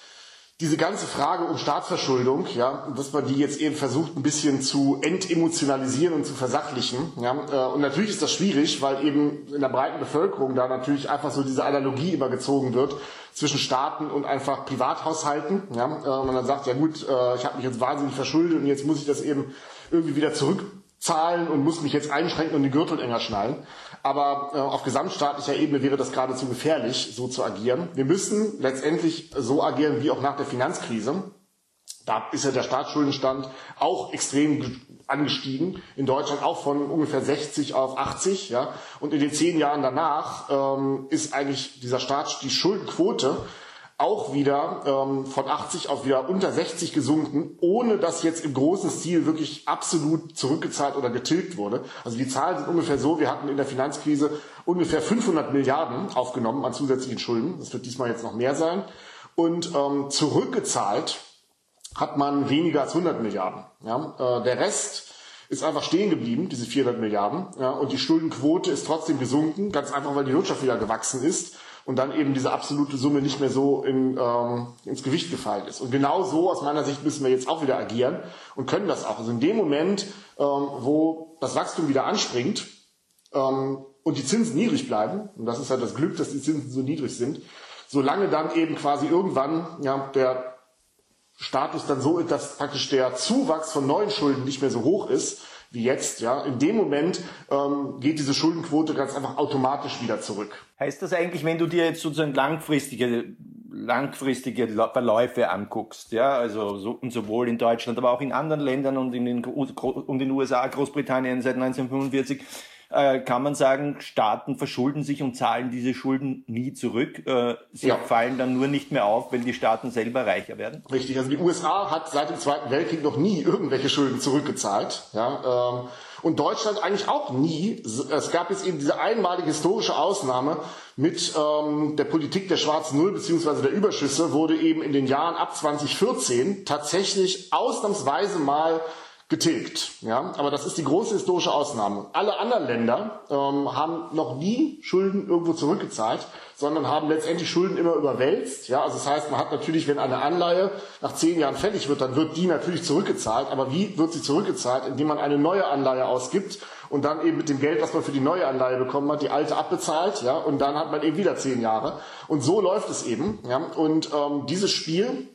diese ganze Frage um Staatsverschuldung, ja, dass man die jetzt eben versucht, ein bisschen zu entemotionalisieren und zu versachlichen. Ja? Und natürlich ist das schwierig, weil eben in der breiten Bevölkerung da natürlich einfach so diese Analogie immer gezogen wird zwischen Staaten und einfach Privathaushalten. Ja? Man dann sagt, ja gut, ich habe mich jetzt wahnsinnig verschuldet und jetzt muss ich das eben irgendwie wieder zurückzahlen und muss mich jetzt einschränken und den Gürtel enger schnallen. Aber äh, auf gesamtstaatlicher Ebene wäre das geradezu gefährlich, so zu agieren. Wir müssen letztendlich so agieren wie auch nach der Finanzkrise. Da ist ja der Staatsschuldenstand auch extrem angestiegen. In Deutschland auch von ungefähr sechzig auf achtzig. Ja. Und in den zehn Jahren danach ähm, ist eigentlich dieser Staats, die Schuldenquote auch wieder ähm, von achtzig auf wieder unter sechzig gesunken, ohne dass jetzt im großen Stil wirklich absolut zurückgezahlt oder getilgt wurde. Also die Zahlen sind ungefähr so, wir hatten in der Finanzkrise ungefähr fünfhundert Milliarden aufgenommen an zusätzlichen Schulden. Das wird diesmal jetzt noch mehr sein. Und ähm, zurückgezahlt hat man weniger als hundert Milliarden. Ja? Äh, der Rest ist einfach stehen geblieben, diese vierhundert Milliarden. Ja? Und die Schuldenquote ist trotzdem gesunken, ganz einfach, weil die Wirtschaft wieder gewachsen ist. Und dann eben diese absolute Summe nicht mehr so in, ähm, ins Gewicht gefallen ist. Und genau so, aus meiner Sicht, müssen wir jetzt auch wieder agieren und können das auch. Also in dem Moment, ähm, wo das Wachstum wieder anspringt ähm, und die Zinsen niedrig bleiben, und das ist halt das Glück, dass die Zinsen so niedrig sind, solange dann eben quasi irgendwann ja, der Status dann so ist, dass praktisch der Zuwachs von neuen Schulden nicht mehr so hoch ist wie jetzt, ja, in dem Moment ähm, geht diese Schuldenquote ganz einfach automatisch wieder zurück. Heißt das eigentlich, wenn du dir jetzt sozusagen langfristige, langfristige Verläufe anguckst, ja, also so, und sowohl in Deutschland, aber auch in anderen Ländern und in den, und in den U S A, Großbritannien seit neunzehnhundertfünfundvierzig, äh, kann man sagen, Staaten verschulden sich und zahlen diese Schulden nie zurück. Äh, sie ja. fallen dann nur nicht mehr auf, wenn die Staaten selber reicher werden? Richtig, also die U S A hat seit dem Zweiten Weltkrieg noch nie irgendwelche Schulden zurückgezahlt. Ja, ähm, und Deutschland eigentlich auch nie. Es gab jetzt eben diese einmalige historische Ausnahme mit ähm, der Politik der schwarzen Null bzw. der Überschüsse, wurde eben in den Jahren ab zwanzig vierzehn tatsächlich ausnahmsweise mal getilgt. Ja? Aber das ist die große historische Ausnahme. Alle anderen Länder ähm, haben noch nie Schulden irgendwo zurückgezahlt, sondern haben letztendlich Schulden immer überwälzt. Ja? Also das heißt, man hat natürlich, wenn eine Anleihe nach zehn Jahren fällig wird, dann wird die natürlich zurückgezahlt. Aber wie wird sie zurückgezahlt? Indem man eine neue Anleihe ausgibt und dann eben mit dem Geld, was man für die neue Anleihe bekommen hat, die alte abbezahlt. Ja? Und dann hat man eben wieder zehn Jahre. Und so läuft es eben. Ja? Und ähm, dieses Spiel,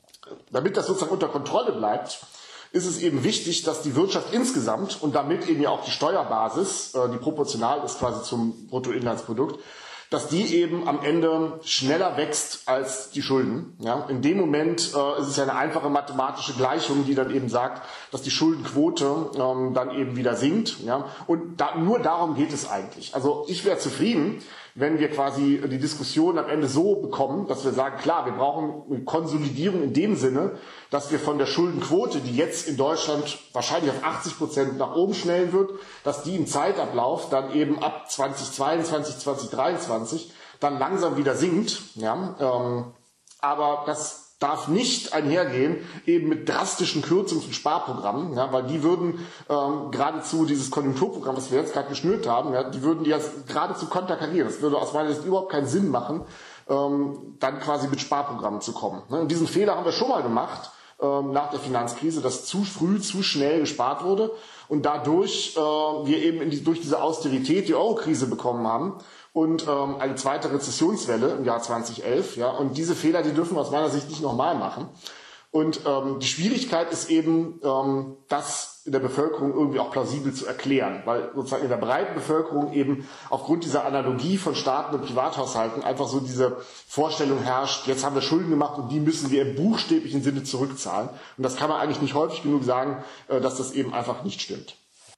damit das sozusagen unter Kontrolle bleibt, ist es eben wichtig, dass die Wirtschaft insgesamt und damit eben ja auch die Steuerbasis, die proportional ist quasi zum Bruttoinlandsprodukt, dass die eben am Ende schneller wächst als die Schulden. Ja, in dem Moment äh, ist es ja eine einfache mathematische Gleichung, die dann eben sagt, dass die Schuldenquote ähm, dann eben wieder sinkt. Ja, und da, nur darum geht es eigentlich. Also ich wäre zufrieden, wenn wir quasi die Diskussion am Ende so bekommen, dass wir sagen, klar, wir brauchen eine Konsolidierung in dem Sinne, dass wir von der Schuldenquote, die jetzt in Deutschland wahrscheinlich auf achtzig Prozent nach oben schnellen wird, dass die im Zeitablauf dann eben ab zweitausendzweiundzwanzig, zweitausenddreiundzwanzig dann langsam wieder sinkt. Ja, ähm, aber das darf nicht einhergehen eben mit drastischen Kürzungs- und Sparprogrammen, ja, weil die würden ähm, geradezu dieses Konjunkturprogramm, das wir jetzt gerade geschnürt haben, ja, die würden die ja geradezu konterkarieren. Das würde aus meiner Sicht überhaupt keinen Sinn machen, ähm, dann quasi mit Sparprogrammen zu kommen. Ne? Und diesen Fehler haben wir schon mal gemacht ähm, nach der Finanzkrise, dass zu früh, zu schnell gespart wurde und dadurch äh, wir eben in die, durch diese Austerität die Euro-Krise bekommen haben. Und ähm, eine zweite Rezessionswelle im Jahr zweitausendelf. Ja, und diese Fehler, die dürfen wir aus meiner Sicht nicht nochmal machen. Und ähm, die Schwierigkeit ist eben, ähm, dass in der Bevölkerung irgendwie auch plausibel zu erklären, weil sozusagen in der breiten Bevölkerung eben aufgrund dieser Analogie von Staaten und Privathaushalten einfach so diese Vorstellung herrscht, jetzt haben wir Schulden gemacht und die müssen wir im buchstäblichen Sinne zurückzahlen. Und das kann man eigentlich nicht häufig genug sagen, dass das eben einfach nicht stimmt.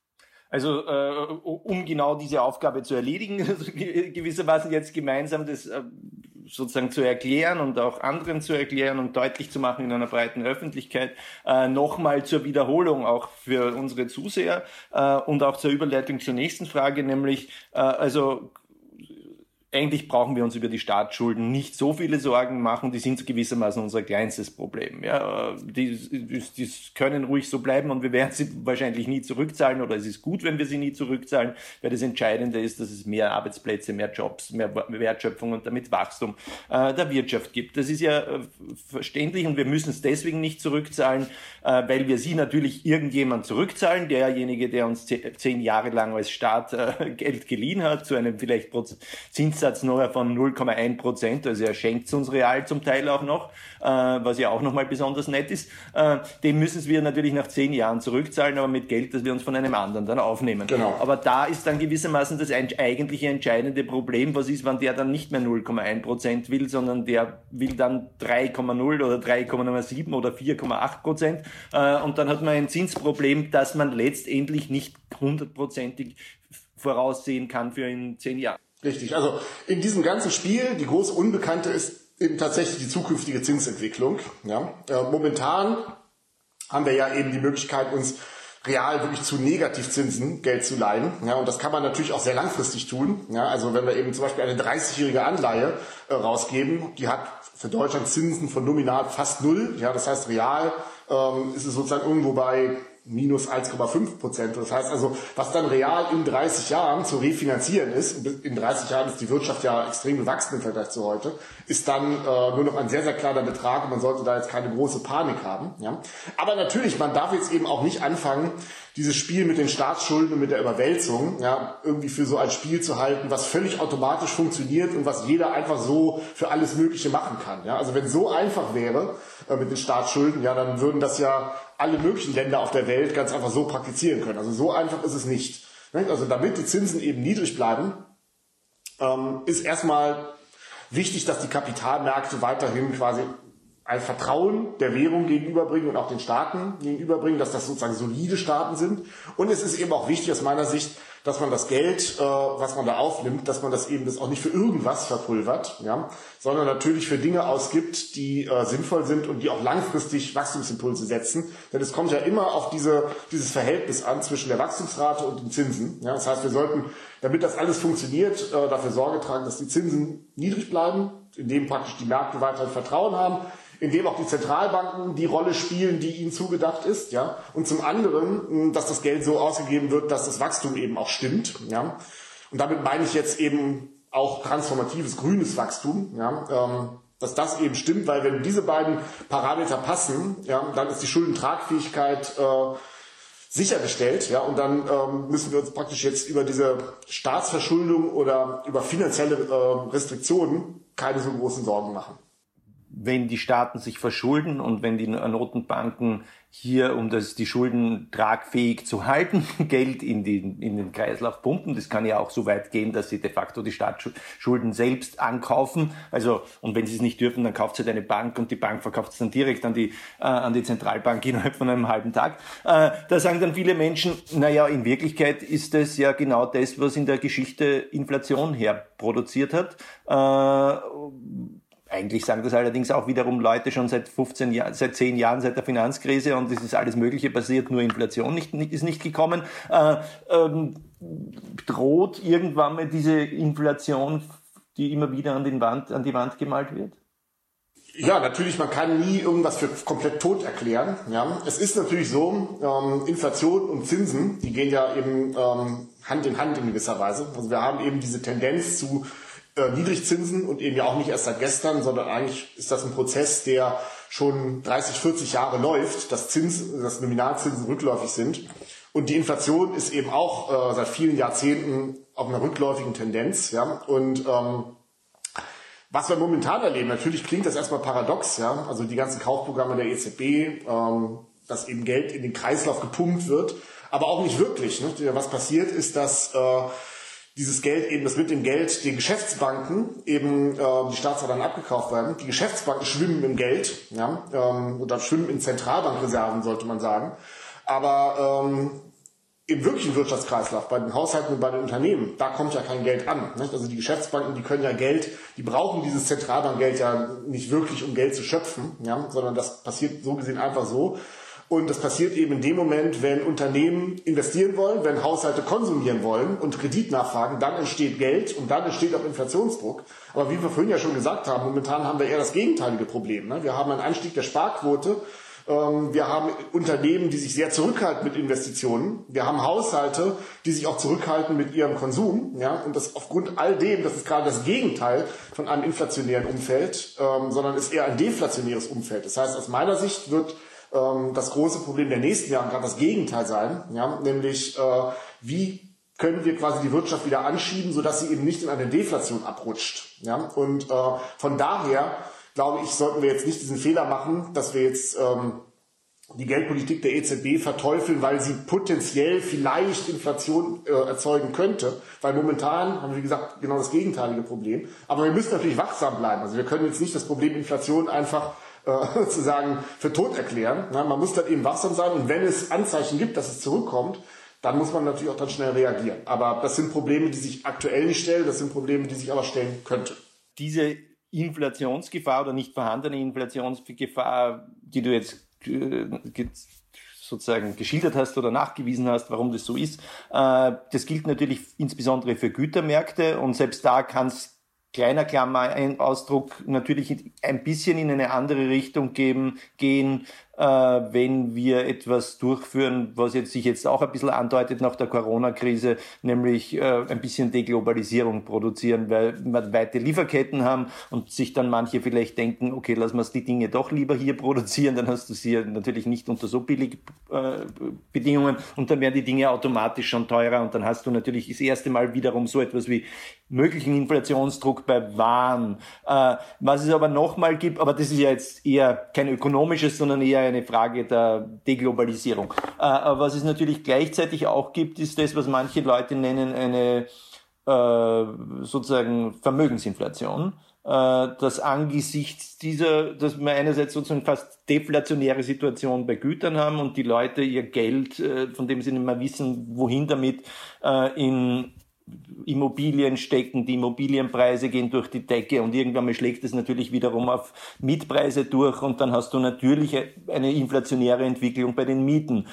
Also äh, um genau diese Aufgabe zu erledigen, gewissermaßen jetzt gemeinsam das äh, sozusagen zu erklären und auch anderen zu erklären und deutlich zu machen in einer breiten Öffentlichkeit, äh, nochmal zur Wiederholung auch für unsere Zuseher äh, und auch zur Überleitung zur nächsten Frage, nämlich äh, also eigentlich brauchen wir uns über die Staatsschulden nicht so viele Sorgen machen, die sind gewissermaßen unser kleinstes Problem. Ja, die, die, die können ruhig so bleiben und wir werden sie wahrscheinlich nie zurückzahlen oder es ist gut, wenn wir sie nie zurückzahlen, weil das Entscheidende ist, dass es mehr Arbeitsplätze, mehr Jobs, mehr Wertschöpfung und damit Wachstum äh, der Wirtschaft gibt. Das ist ja äh, verständlich und wir müssen es deswegen nicht zurückzahlen, äh, weil wir sie natürlich irgendjemand zurückzahlen, derjenige, der uns zehn Jahre lang als Staat äh, Geld geliehen hat, zu einem vielleicht Zins nur von null Komma eins Prozent, also er schenkt es uns real zum Teil auch noch, äh, was ja auch nochmal besonders nett ist. Äh, dem müssen wir natürlich nach zehn Jahren zurückzahlen, aber mit Geld, das wir uns von einem anderen dann aufnehmen. Genau. Aber da ist dann gewissermaßen das eigentliche entscheidende Problem, was ist, wenn der dann nicht mehr null Komma eins Prozent will, sondern der will dann drei Komma null oder drei Komma null sieben oder vier Komma acht Prozent äh, und dann hat man ein Zinsproblem, das man letztendlich nicht hundertprozentig voraussehen kann für in zehn Jahren. Richtig, also in diesem ganzen Spiel, die große Unbekannte ist eben tatsächlich die zukünftige Zinsentwicklung. Ja. Äh, momentan haben wir ja eben die Möglichkeit, uns real wirklich zu Negativzinsen Geld zu leihen. Ja, und das kann man natürlich auch sehr langfristig tun. Ja, also wenn wir eben zum Beispiel eine dreißigjährige Anleihe äh, rausgeben, die hat für Deutschland Zinsen von nominal fast null. Ja, das heißt, real ähm, ist es sozusagen irgendwo bei minus eins Komma fünf Prozent. Das heißt also, was dann real in dreißig Jahren zu refinanzieren ist, in dreißig Jahren ist die Wirtschaft ja extrem gewachsen im Vergleich zu heute, ist dann äh, nur noch ein sehr, sehr kleiner Betrag und man sollte da jetzt keine große Panik haben. Ja? Aber natürlich, man darf jetzt eben auch nicht anfangen, dieses Spiel mit den Staatsschulden und mit der Überwälzung ja, irgendwie für so ein Spiel zu halten, was völlig automatisch funktioniert und was jeder einfach so für alles Mögliche machen kann. Ja? Also wenn es so einfach wäre äh, mit den Staatsschulden, ja, dann würden das ja alle möglichen Länder auf der Welt ganz einfach so praktizieren können. Also so einfach ist es nicht. Also damit die Zinsen eben niedrig bleiben, ähm, ist erstmal wichtig, dass die Kapitalmärkte weiterhin quasi ein Vertrauen der Währung gegenüberbringen und auch den Staaten gegenüberbringen, dass das sozusagen solide Staaten sind. Und es ist eben auch wichtig aus meiner Sicht, dass man das Geld, äh, was man da aufnimmt, dass man das eben das auch nicht für irgendwas verpulvert, ja, sondern natürlich für Dinge ausgibt, die äh, sinnvoll sind und die auch langfristig Wachstumsimpulse setzen. Denn es kommt ja immer auf diese, dieses Verhältnis an zwischen der Wachstumsrate und den Zinsen. Ja, das heißt, wir sollten, damit das alles funktioniert, äh, dafür Sorge tragen, dass die Zinsen niedrig bleiben, indem praktisch die Märkte weiterhin Vertrauen haben, indem auch die Zentralbanken die Rolle spielen, die ihnen zugedacht ist, ja, und zum anderen, dass das Geld so ausgegeben wird, dass das Wachstum eben auch stimmt, ja, und damit meine ich jetzt eben auch transformatives grünes Wachstum, ja, ähm, dass das eben stimmt, weil wenn diese beiden Parameter passen, ja, dann ist die Schuldentragfähigkeit äh, sichergestellt, ja, und dann ähm, müssen wir uns praktisch jetzt über diese Staatsverschuldung oder über finanzielle äh, Restriktionen keine so großen Sorgen machen. Wenn die Staaten sich verschulden und wenn die Notenbanken hier, um das, die Schulden tragfähig zu halten, Geld in den, in den Kreislauf pumpen, das kann ja auch so weit gehen, dass sie de facto die Staatsschulden selbst ankaufen. Also, und wenn sie es nicht dürfen, dann kauft es halt eine Bank und die Bank verkauft es dann direkt an die, äh, an die Zentralbank innerhalb von einem halben Tag. Äh, da sagen dann viele Menschen, naja, in Wirklichkeit ist das ja genau das, was in der Geschichte Inflation herproduziert hat. Äh, Eigentlich sagen das allerdings auch wiederum Leute schon seit fünfzehn Jahren, seit zehn Jahren, seit der Finanzkrise, und es ist alles Mögliche passiert, nur Inflation nicht, ist nicht gekommen. Äh, ähm, droht irgendwann mal diese Inflation, die immer wieder an, den Wand, an die Wand gemalt wird? Ja, natürlich, man kann nie irgendwas für komplett tot erklären. Ja. Es ist natürlich so, ähm, Inflation und Zinsen, die gehen ja eben ähm, Hand in Hand in gewisser Weise. Also wir haben eben diese Tendenz zu Äh, Niedrigzinsen und eben ja auch nicht erst seit gestern, sondern eigentlich ist das ein Prozess, der schon dreißig, vierzig Jahre läuft, dass Zins, dass Nominalzinsen rückläufig sind. Und die Inflation ist eben auch äh, seit vielen Jahrzehnten auf einer rückläufigen Tendenz. Ja. Und ähm, was wir momentan erleben, natürlich klingt das erstmal paradox, ja, also die ganzen Kaufprogramme der E Z B, ähm, dass eben Geld in den Kreislauf gepumpt wird, aber auch nicht wirklich. Ne? Was passiert ist, dass äh, dieses Geld eben, das mit dem Geld den Geschäftsbanken eben äh, die Staatsanleihen abgekauft werden. Die Geschäftsbanken schwimmen im Geld, ja, ähm, oder schwimmen in Zentralbankreserven, sollte man sagen. Aber ähm, im wirklichen Wirtschaftskreislauf, bei den Haushalten und bei den Unternehmen, da kommt ja kein Geld an. Nicht? Also die Geschäftsbanken, die können ja Geld, die brauchen dieses Zentralbankgeld ja nicht wirklich, um Geld zu schöpfen, ja, sondern das passiert so gesehen einfach so. Und das passiert eben in dem Moment, wenn Unternehmen investieren wollen, wenn Haushalte konsumieren wollen und Kredit nachfragen, dann entsteht Geld und dann entsteht auch Inflationsdruck. Aber wie wir vorhin ja schon gesagt haben, momentan haben wir eher das gegenteilige Problem. Ne? Wir haben einen Anstieg der Sparquote. Wir haben Unternehmen, die sich sehr zurückhalten mit Investitionen. Wir haben Haushalte, die sich auch zurückhalten mit ihrem Konsum. Ja? Und das aufgrund all dem, das ist gerade das Gegenteil von einem inflationären Umfeld, ähm, sondern ist eher ein deflationäres Umfeld. Das heißt, aus meiner Sicht wird ähm, das große Problem der nächsten Jahre gerade das Gegenteil sein. Ja? Nämlich, äh, wie können wir quasi die Wirtschaft wieder anschieben, sodass sie eben nicht in eine Deflation abrutscht. Ja? Und äh, von daher glaube ich, sollten wir jetzt nicht diesen Fehler machen, dass wir jetzt ähm, die Geldpolitik der E Z B verteufeln, weil sie potenziell vielleicht Inflation äh, erzeugen könnte. Weil momentan haben wir, wie gesagt, genau das gegenteilige Problem. Aber wir müssen natürlich wachsam bleiben. Also wir können jetzt nicht das Problem Inflation einfach äh, sozusagen für tot erklären. Ja, man muss dann eben wachsam sein. Und wenn es Anzeichen gibt, dass es zurückkommt, dann muss man natürlich auch dann schnell reagieren. Aber das sind Probleme, die sich aktuell nicht stellen. Das sind Probleme, die sich aber stellen könnten. Diese Inflationsgefahr oder nicht vorhandene Inflationsgefahr, die du jetzt sozusagen geschildert hast oder nachgewiesen hast, warum das so ist, das gilt natürlich insbesondere für Gütermärkte und selbst da kann es kleiner Klammer-Ausdruck natürlich ein bisschen in eine andere Richtung geben, gehen, äh, wenn wir etwas durchführen, was jetzt sich jetzt auch ein bisschen andeutet nach der Corona-Krise, nämlich äh, ein bisschen Deglobalisierung produzieren, weil wir weite Lieferketten haben und sich dann manche vielleicht denken, okay, lassen wir die Dinge doch lieber hier produzieren, dann hast du sie natürlich nicht unter so billig äh, Bedingungen und dann werden die Dinge automatisch schon teurer und dann hast du natürlich das erste Mal wiederum so etwas wie möglichen Inflationsdruck bei Waren. Äh, was es aber nochmal gibt, aber das ist ja jetzt eher kein ökonomisches, sondern eher eine Frage der Deglobalisierung. Äh, aber was es natürlich gleichzeitig auch gibt, ist das, was manche Leute nennen eine äh, sozusagen Vermögensinflation. Äh, dass angesichts dieser, dass wir einerseits sozusagen fast deflationäre Situation bei Gütern haben und die Leute ihr Geld, äh, von dem sie nicht mehr wissen, wohin damit, äh, in Immobilien stecken, die Immobilienpreise gehen durch die Decke und irgendwann mal schlägt es natürlich wiederum auf Mietpreise durch und dann hast du natürlich eine inflationäre Entwicklung bei den Mieten.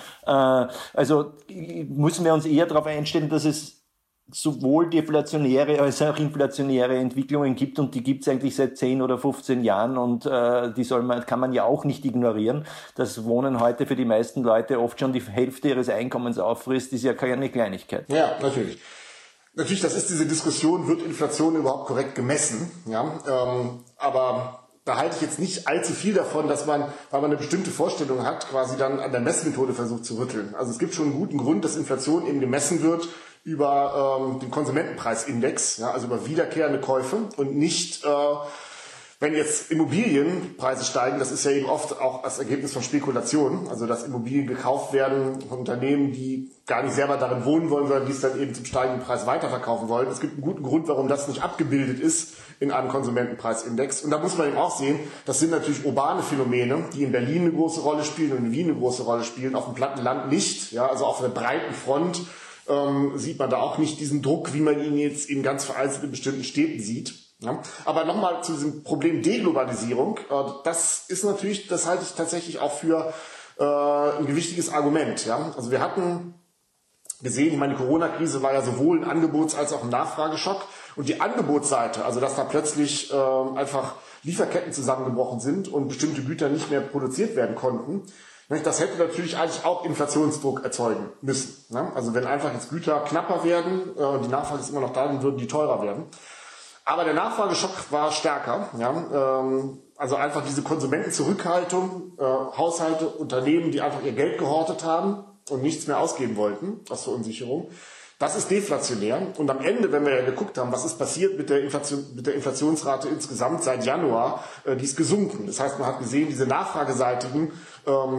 Also müssen wir uns eher darauf einstellen, dass es sowohl deflationäre als auch inflationäre Entwicklungen gibt und die gibt es eigentlich seit zehn oder fünfzehn Jahren und äh, die soll man, kann man ja auch nicht ignorieren. Das Wohnen heute für die meisten Leute oft schon die Hälfte ihres Einkommens auffrisst, ist ja keine Kleinigkeit. Ja, natürlich. Natürlich, das ist diese Diskussion, wird Inflation überhaupt korrekt gemessen? Ja, ähm, aber da halte ich jetzt nicht allzu viel davon, dass man, weil man eine bestimmte Vorstellung hat, quasi dann an der Messmethode versucht zu rütteln. Also es gibt schon einen guten Grund, dass Inflation eben gemessen wird über ähm, den Konsumentenpreisindex, ja, also über wiederkehrende Käufe und nicht, äh, wenn jetzt Immobilienpreise steigen, das ist ja eben oft auch das Ergebnis von Spekulationen, also dass Immobilien gekauft werden von Unternehmen, die gar nicht selber darin wohnen wollen, sondern die es dann eben zum steigenden Preis weiterverkaufen wollen. Es gibt einen guten Grund, warum das nicht abgebildet ist in einem Konsumentenpreisindex. Und da muss man eben auch sehen, das sind natürlich urbane Phänomene, die in Berlin eine große Rolle spielen und in Wien eine große Rolle spielen, auf dem platten Land nicht. Ja, also auf einer breiten Front ähm, sieht man da auch nicht diesen Druck, wie man ihn jetzt in ganz vereinzelten bestimmten Städten sieht. Ja, aber nochmal zu diesem Problem Deglobalisierung. Äh, das ist natürlich, das halte ich tatsächlich auch für äh, ein gewichtiges Argument. Ja? Also wir hatten gesehen, ich meine, die Corona-Krise war ja sowohl ein Angebots- als auch ein Nachfrageschock. Und die Angebotsseite, also dass da plötzlich äh, einfach Lieferketten zusammengebrochen sind und bestimmte Güter nicht mehr produziert werden konnten, das hätte natürlich eigentlich auch Inflationsdruck erzeugen müssen. Ne? Also wenn einfach jetzt Güter knapper werden, äh, die Nachfrage ist immer noch da, dann würden die teurer werden. Aber der Nachfrageschock war stärker. Ja? Ähm, also einfach diese Konsumentenzurückhaltung, äh, Haushalte, Unternehmen, die einfach ihr Geld gehortet haben und nichts mehr ausgeben wollten, aus Verunsicherung. Das ist deflationär. Und am Ende, wenn wir ja geguckt haben, was ist passiert mit der Inflation, mit der Inflationsrate insgesamt seit Januar, äh, die ist gesunken. Das heißt, man hat gesehen, diese nachfrageseitigen ähm,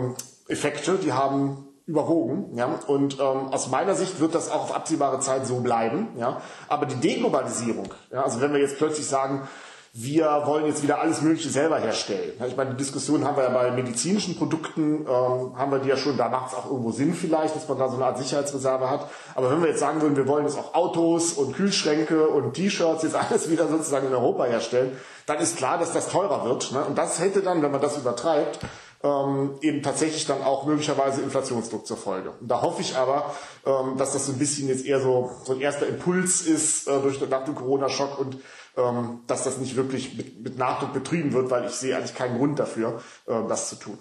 Effekte, die haben überwogen, ja, und ähm, aus meiner Sicht wird das auch auf absehbare Zeit so bleiben, ja, aber die Deglobalisierung, ja, also wenn wir jetzt plötzlich sagen, wir wollen jetzt wieder alles Mögliche selber herstellen. Ja, ich meine, die Diskussion haben wir ja bei medizinischen Produkten, ähm, haben wir die ja schon, da macht es auch irgendwo Sinn vielleicht, dass man da so eine Art Sicherheitsreserve hat, aber wenn wir jetzt sagen würden, wir wollen jetzt auch Autos und Kühlschränke und T-Shirts jetzt alles wieder sozusagen in Europa herstellen, dann ist klar, dass das teurer wird, ne? Und das hätte dann, wenn man das übertreibt, Ähm, eben tatsächlich dann auch möglicherweise Inflationsdruck zur Folge. Und da hoffe ich aber, ähm, dass das so ein bisschen jetzt eher so, so ein erster Impuls ist äh, durch, nach dem Corona-Schock und ähm, dass das nicht wirklich mit, mit Nachdruck betrieben wird, weil ich sehe eigentlich keinen Grund dafür, äh, das zu tun.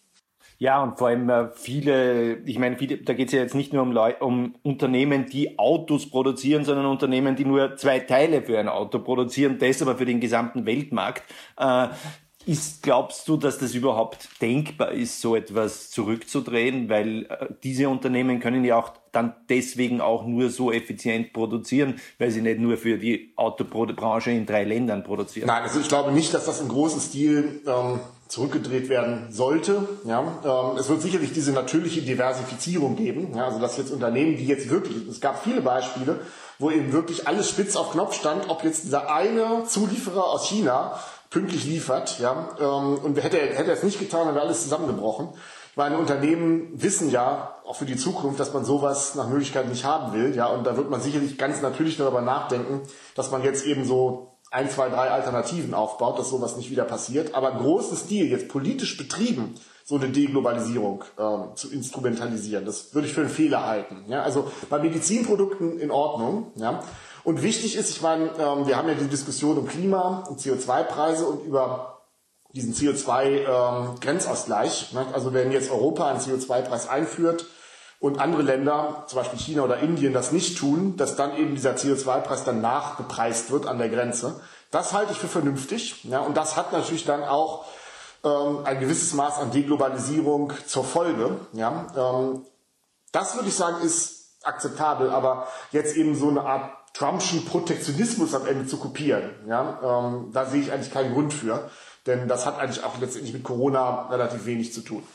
Ja, und vor allem äh, viele, ich meine, viele, da geht es ja jetzt nicht nur um, Leu- um Unternehmen, die Autos produzieren, sondern Unternehmen, die nur zwei Teile für ein Auto produzieren, das aber für den gesamten Weltmarkt. Äh, Ist, glaubst du, dass das überhaupt denkbar ist, so etwas zurückzudrehen? Weil äh, diese Unternehmen können ja auch dann deswegen auch nur so effizient produzieren, weil sie nicht nur für die Autobranche in drei Ländern produzieren. Nein, also ich glaube nicht, dass das im großen Stil ähm, zurückgedreht werden sollte. Ja, ähm, es wird sicherlich diese natürliche Diversifizierung geben. Ja, also dass jetzt Unternehmen, die jetzt wirklich, es gab viele Beispiele, wo eben wirklich alles spitz auf Knopf stand, ob jetzt dieser eine Zulieferer aus China pünktlich liefert, ja, ähm, und hätte, hätte er es nicht getan, dann wäre alles zusammengebrochen. Meine Unternehmen wissen ja, auch für die Zukunft, dass man sowas nach Möglichkeit nicht haben will, ja, und da wird man sicherlich ganz natürlich darüber nachdenken, dass man jetzt eben so ein, zwei, drei Alternativen aufbaut, dass sowas nicht wieder passiert, aber im großen Stil, jetzt politisch betrieben, so eine Deglobalisierung ähm, zu instrumentalisieren, das würde ich für einen Fehler halten, ja, also bei Medizinprodukten in Ordnung, ja. Und wichtig ist, ich meine, ähm, wir haben ja die Diskussion um Klima und C O zwei Preise und über diesen C O zwei Grenzausgleich. Ne? Also wenn jetzt Europa einen C O zwei Preis einführt und andere Länder, zum Beispiel China oder Indien, das nicht tun, dass dann eben dieser C O zwei Preis dann nachbepreist wird an der Grenze. Das halte ich für vernünftig. Ja? Und das hat natürlich dann auch ähm, ein gewisses Maß an Deglobalisierung zur Folge. Ja? Ähm, das würde ich sagen, ist akzeptabel, aber jetzt eben so eine Art Trumpschen Protektionismus am Ende zu kopieren. Ja, ähm, da sehe ich eigentlich keinen Grund für, denn das hat eigentlich auch letztendlich mit Corona relativ wenig zu tun.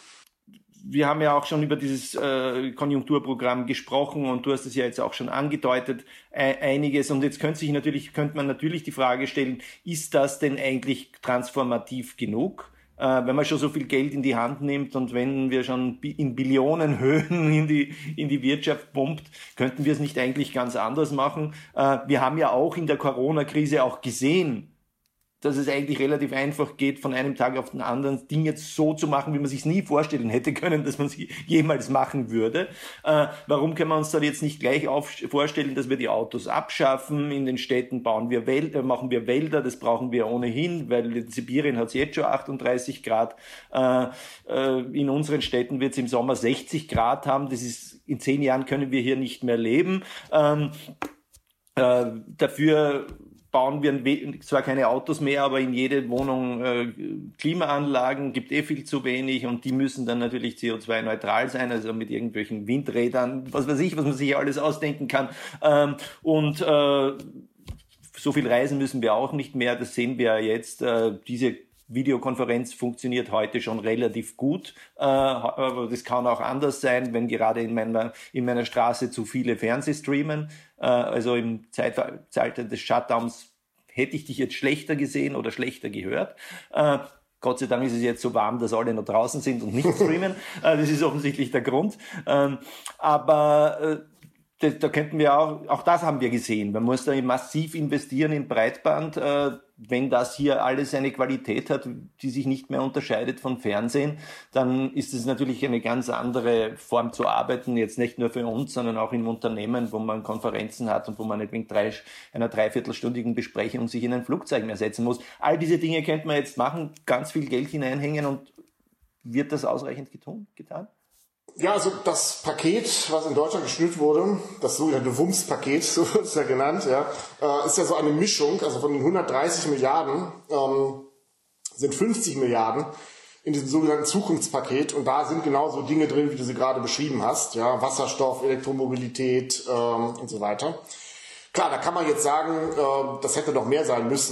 Wir haben ja auch schon über dieses äh, Konjunkturprogramm gesprochen und du hast es ja jetzt auch schon angedeutet, äh, einiges. Und jetzt könnte sich natürlich, könnte man natürlich die Frage stellen, ist das denn eigentlich transformativ genug? Wenn man schon so viel Geld in die Hand nimmt und wenn wir schon in Billionenhöhen in die, in die Wirtschaft pumpt, könnten wir es nicht eigentlich ganz anders machen? Wir haben ja auch in der Corona-Krise auch gesehen, dass es eigentlich relativ einfach geht, von einem Tag auf den anderen Dinge so zu machen, wie man sich nie vorstellen hätte können, dass man sie jemals machen würde. Äh, warum können wir uns dann jetzt nicht gleich auf, vorstellen, dass wir die Autos abschaffen? In den Städten bauen wir Wälder, machen wir Wälder, das brauchen wir ohnehin, weil in Sibirien hat es jetzt schon achtunddreißig Grad. Äh, äh, in unseren Städten wird es im Sommer sechzig Grad haben. Das ist, in zehn Jahren können wir hier nicht mehr leben. Ähm, äh, dafür bauen wir zwar keine Autos mehr, aber in jede Wohnung äh, Klimaanlagen, gibt eh viel zu wenig und die müssen dann natürlich C O zwei neutral sein, also mit irgendwelchen Windrädern, was weiß ich, was man sich alles ausdenken kann. Ähm, und äh, so viel reisen müssen wir auch nicht mehr, das sehen wir jetzt, äh, diese Videokonferenz funktioniert heute schon relativ gut, äh, aber das kann auch anders sein, wenn gerade in meiner, in meiner Straße zu viele Fernsehstreamen. Äh, also im Zeitalter des Shutdowns hätte ich dich jetzt schlechter gesehen oder schlechter gehört. Äh, Gott sei Dank ist es jetzt so warm, dass alle noch draußen sind und nicht streamen. äh, das ist offensichtlich der Grund. Ähm, aber äh, Da, da könnten wir auch, auch das haben wir gesehen. Man muss da massiv investieren in Breitband. Äh, wenn das hier alles eine Qualität hat, die sich nicht mehr unterscheidet von Fernsehen, dann ist es natürlich eine ganz andere Form zu arbeiten. Jetzt nicht nur für uns, sondern auch im Unternehmen, wo man Konferenzen hat und wo man nicht wegen drei, einer dreiviertelstündigen Besprechung sich in ein Flugzeug mehr setzen muss. All diese Dinge könnte man jetzt machen, ganz viel Geld hineinhängen und wird das ausreichend getun, getan? Ja, also das Paket, was in Deutschland geschnürt wurde, das sogenannte W U M S-Paket, so wird es ja genannt, ja, äh, ist ja so eine Mischung, also von den hundertdreißig Milliarden ähm, sind fünfzig Milliarden in diesem sogenannten Zukunftspaket und da sind genau so Dinge drin, wie du sie gerade beschrieben hast, ja, Wasserstoff, Elektromobilität ähm, und so weiter. Klar, da kann man jetzt sagen, äh, das hätte noch mehr sein müssen.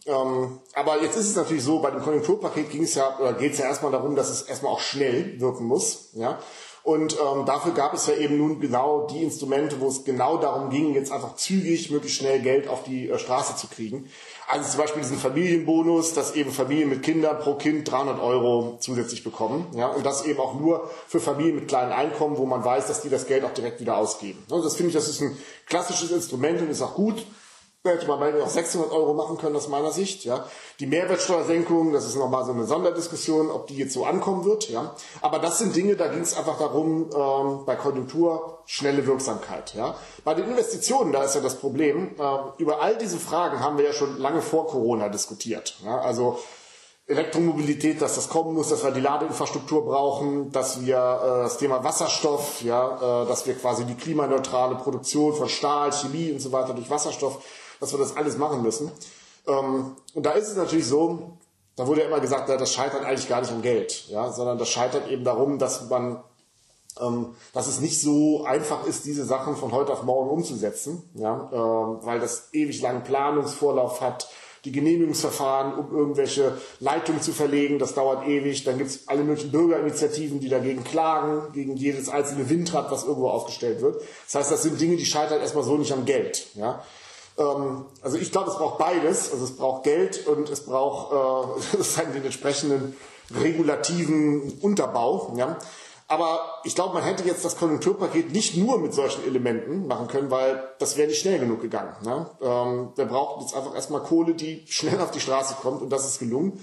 Ähm, aber jetzt ist es natürlich so, bei dem Konjunkturpaket ging es ja, oder geht es ja erstmal darum, dass es erstmal auch schnell wirken muss, ja. Und ähm, dafür gab es ja eben nun genau die Instrumente, wo es genau darum ging, jetzt einfach zügig, möglichst schnell Geld auf die äh, Straße zu kriegen. Also zum Beispiel diesen Familienbonus, dass eben Familien mit Kindern pro Kind dreihundert Euro zusätzlich bekommen. Ja, und das eben auch nur für Familien mit kleinen Einkommen, wo man weiß, dass die das Geld auch direkt wieder ausgeben. Also das finde ich, das ist ein klassisches Instrument und ist auch gut. Hätte man meinetwegen auch sechshundert Euro machen können aus meiner Sicht. Ja. Die Mehrwertsteuersenkung, das ist nochmal so eine Sonderdiskussion, ob die jetzt so ankommen wird. Ja. Aber das sind Dinge, da ging es einfach darum, ähm, bei Konjunktur schnelle Wirksamkeit. Ja. Bei den Investitionen, da ist ja das Problem, äh, über all diese Fragen haben wir ja schon lange vor Corona diskutiert. Ja. Also Elektromobilität, dass das kommen muss, dass wir die Ladeinfrastruktur brauchen, dass wir äh, das Thema Wasserstoff, ja, äh, dass wir quasi die klimaneutrale Produktion von Stahl, Chemie und so weiter durch Wasserstoff, dass wir das alles machen müssen. Ähm, und da ist es natürlich so, da wurde ja immer gesagt, ja, das scheitert eigentlich gar nicht am Geld, ja, sondern das scheitert eben darum, dass man, ähm, dass es nicht so einfach ist, diese Sachen von heute auf morgen umzusetzen, ja, äh, weil das ewig langen Planungsvorlauf hat. Die Genehmigungsverfahren, um irgendwelche Leitungen zu verlegen, das dauert ewig. Dann gibt es alle möglichen Bürgerinitiativen, die dagegen klagen, gegen jedes einzelne Windrad, was irgendwo aufgestellt wird. Das heißt, das sind Dinge, die scheitern erstmal so nicht am Geld. Ja? Ähm, also ich glaube, es braucht beides. Also es braucht Geld und es braucht äh, den entsprechenden regulativen Unterbau. Ja? Aber ich glaube, man hätte jetzt das Konjunkturpaket nicht nur mit solchen Elementen machen können, weil das wäre nicht schnell genug gegangen. Ne? Ähm, wir brauchen jetzt einfach erstmal Kohle, die schnell auf die Straße kommt, und das ist gelungen.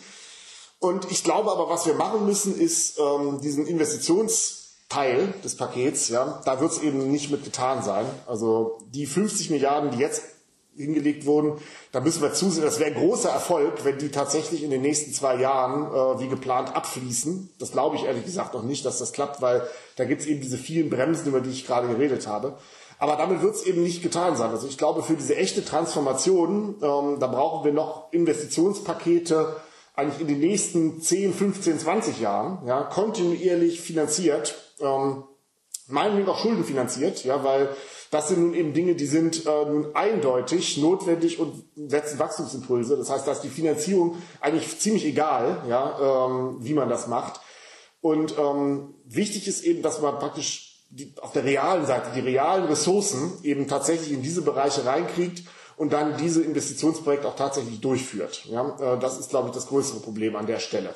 Und ich glaube aber, was wir machen müssen, ist ähm, diesen Investitionsteil des Pakets, ja, da wird es eben nicht mit getan sein. Also die fünfzig Milliarden, die jetzt hingelegt wurden, da müssen wir zusehen, das wäre ein großer Erfolg, wenn die tatsächlich in den nächsten zwei Jahren äh, wie geplant abfließen. Das glaube ich ehrlich gesagt noch nicht, dass das klappt, weil da gibt es eben diese vielen Bremsen, über die ich gerade geredet habe. Aber damit wird es eben nicht getan sein. Also ich glaube, für diese echte Transformation, ähm, da brauchen wir noch Investitionspakete eigentlich in den nächsten zehn, fünfzehn, zwanzig Jahren, ja, kontinuierlich finanziert, ähm, meinetwegen auch schuldenfinanziert, ja, weil das sind nun eben Dinge, die sind äh, nun eindeutig notwendig und setzen Wachstumsimpulse. Das heißt, da ist die Finanzierung eigentlich ziemlich egal, ja, ähm, wie man das macht. Und ähm, wichtig ist eben, dass man praktisch die, auf der realen Seite die realen Ressourcen eben tatsächlich in diese Bereiche reinkriegt und dann diese Investitionsprojekte auch tatsächlich durchführt. Ja, äh, das ist, glaube ich, das größere Problem an der Stelle.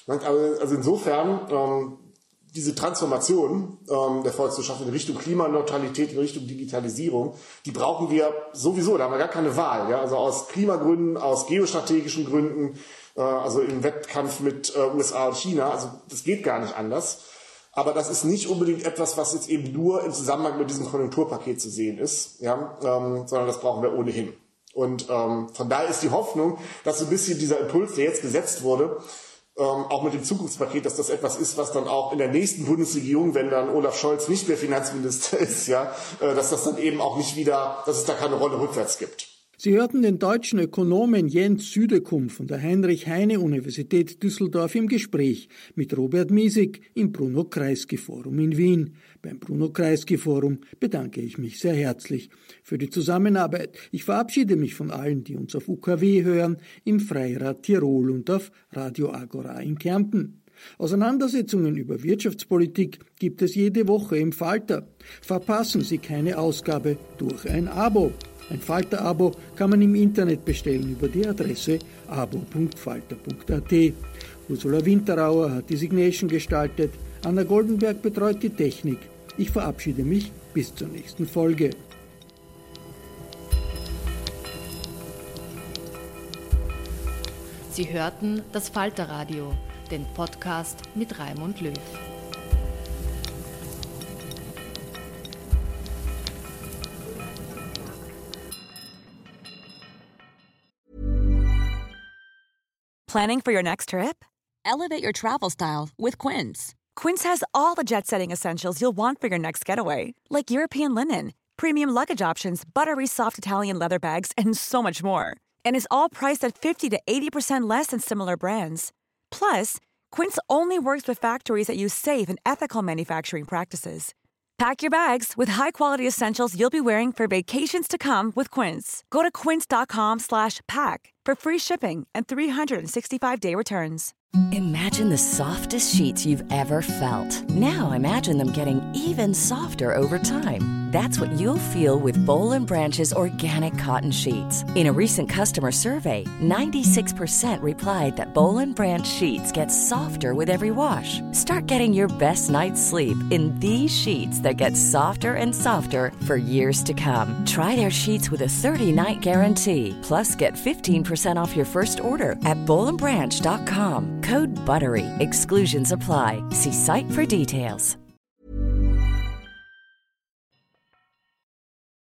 Also insofern ähm, diese Transformation ähm, der Volkswirtschaft in Richtung Klimaneutralität, in Richtung Digitalisierung, die brauchen wir sowieso, da haben wir gar keine Wahl. Ja? Also aus Klimagründen, aus geostrategischen Gründen, äh, also im Wettkampf mit äh, U S A und China, also das geht gar nicht anders. Aber das ist nicht unbedingt etwas, was jetzt eben nur im Zusammenhang mit diesem Konjunkturpaket zu sehen ist, ja? ähm, sondern das brauchen wir ohnehin. Und ähm, von daher ist die Hoffnung, dass so ein bisschen dieser Impuls, der jetzt gesetzt wurde, Ähm, auch mit dem Zukunftspaket, dass das etwas ist, was dann auch in der nächsten Bundesregierung, wenn dann Olaf Scholz nicht mehr Finanzminister ist, ja, äh, dass das dann eben auch nicht wieder, dass es da keine Rolle rückwärts gibt. Sie hörten den deutschen Ökonomen Jens Südekum von der Heinrich-Heine-Universität Düsseldorf im Gespräch mit Robert Miesig im Bruno-Kreisky-Forum in Wien. Beim Bruno-Kreisky-Forum bedanke ich mich sehr herzlich für die Zusammenarbeit. Ich verabschiede mich von allen, die uns auf U K W hören, im Freirad Tirol und auf Radio Agora in Kärnten. Auseinandersetzungen über Wirtschaftspolitik gibt es jede Woche im Falter. Verpassen Sie keine Ausgabe durch ein Abo. Ein Falter-Abo kann man im Internet bestellen über die Adresse abo punkt falter punkt a t. Ursula Winterauer hat die Signation gestaltet, Anna Goldenberg betreut die Technik. Ich verabschiede mich bis zur nächsten Folge. Sie hörten das Falter-Radio, den Podcast mit Raimund Löw. Planning for your next trip? Elevate your travel style with Quince. Quince has all the jet-setting essentials you'll want for your next getaway, like European linen, premium luggage options, buttery soft Italian leather bags, and so much more. And is all priced at fifty to eighty percent less than similar brands. Plus, Quince only works with factories that use safe and ethical manufacturing practices. Pack your bags with high-quality essentials you'll be wearing for vacations to come with Quince. Go to quince.com slash pack for free shipping and three sixty-five day returns. Imagine the softest sheets you've ever felt. Now imagine them getting even softer over time. That's what you'll feel with Boll and Branch's organic cotton sheets. In a recent customer survey, ninety-six percent replied that Boll and Branch sheets get softer with every wash. Start getting your best night's sleep in these sheets that get softer and softer for years to come. Try their sheets with a thirty-night guarantee. Plus, get fifteen percent off your first order at boll and branch dot com. Code BUTTERY. Exclusions apply. See site for details.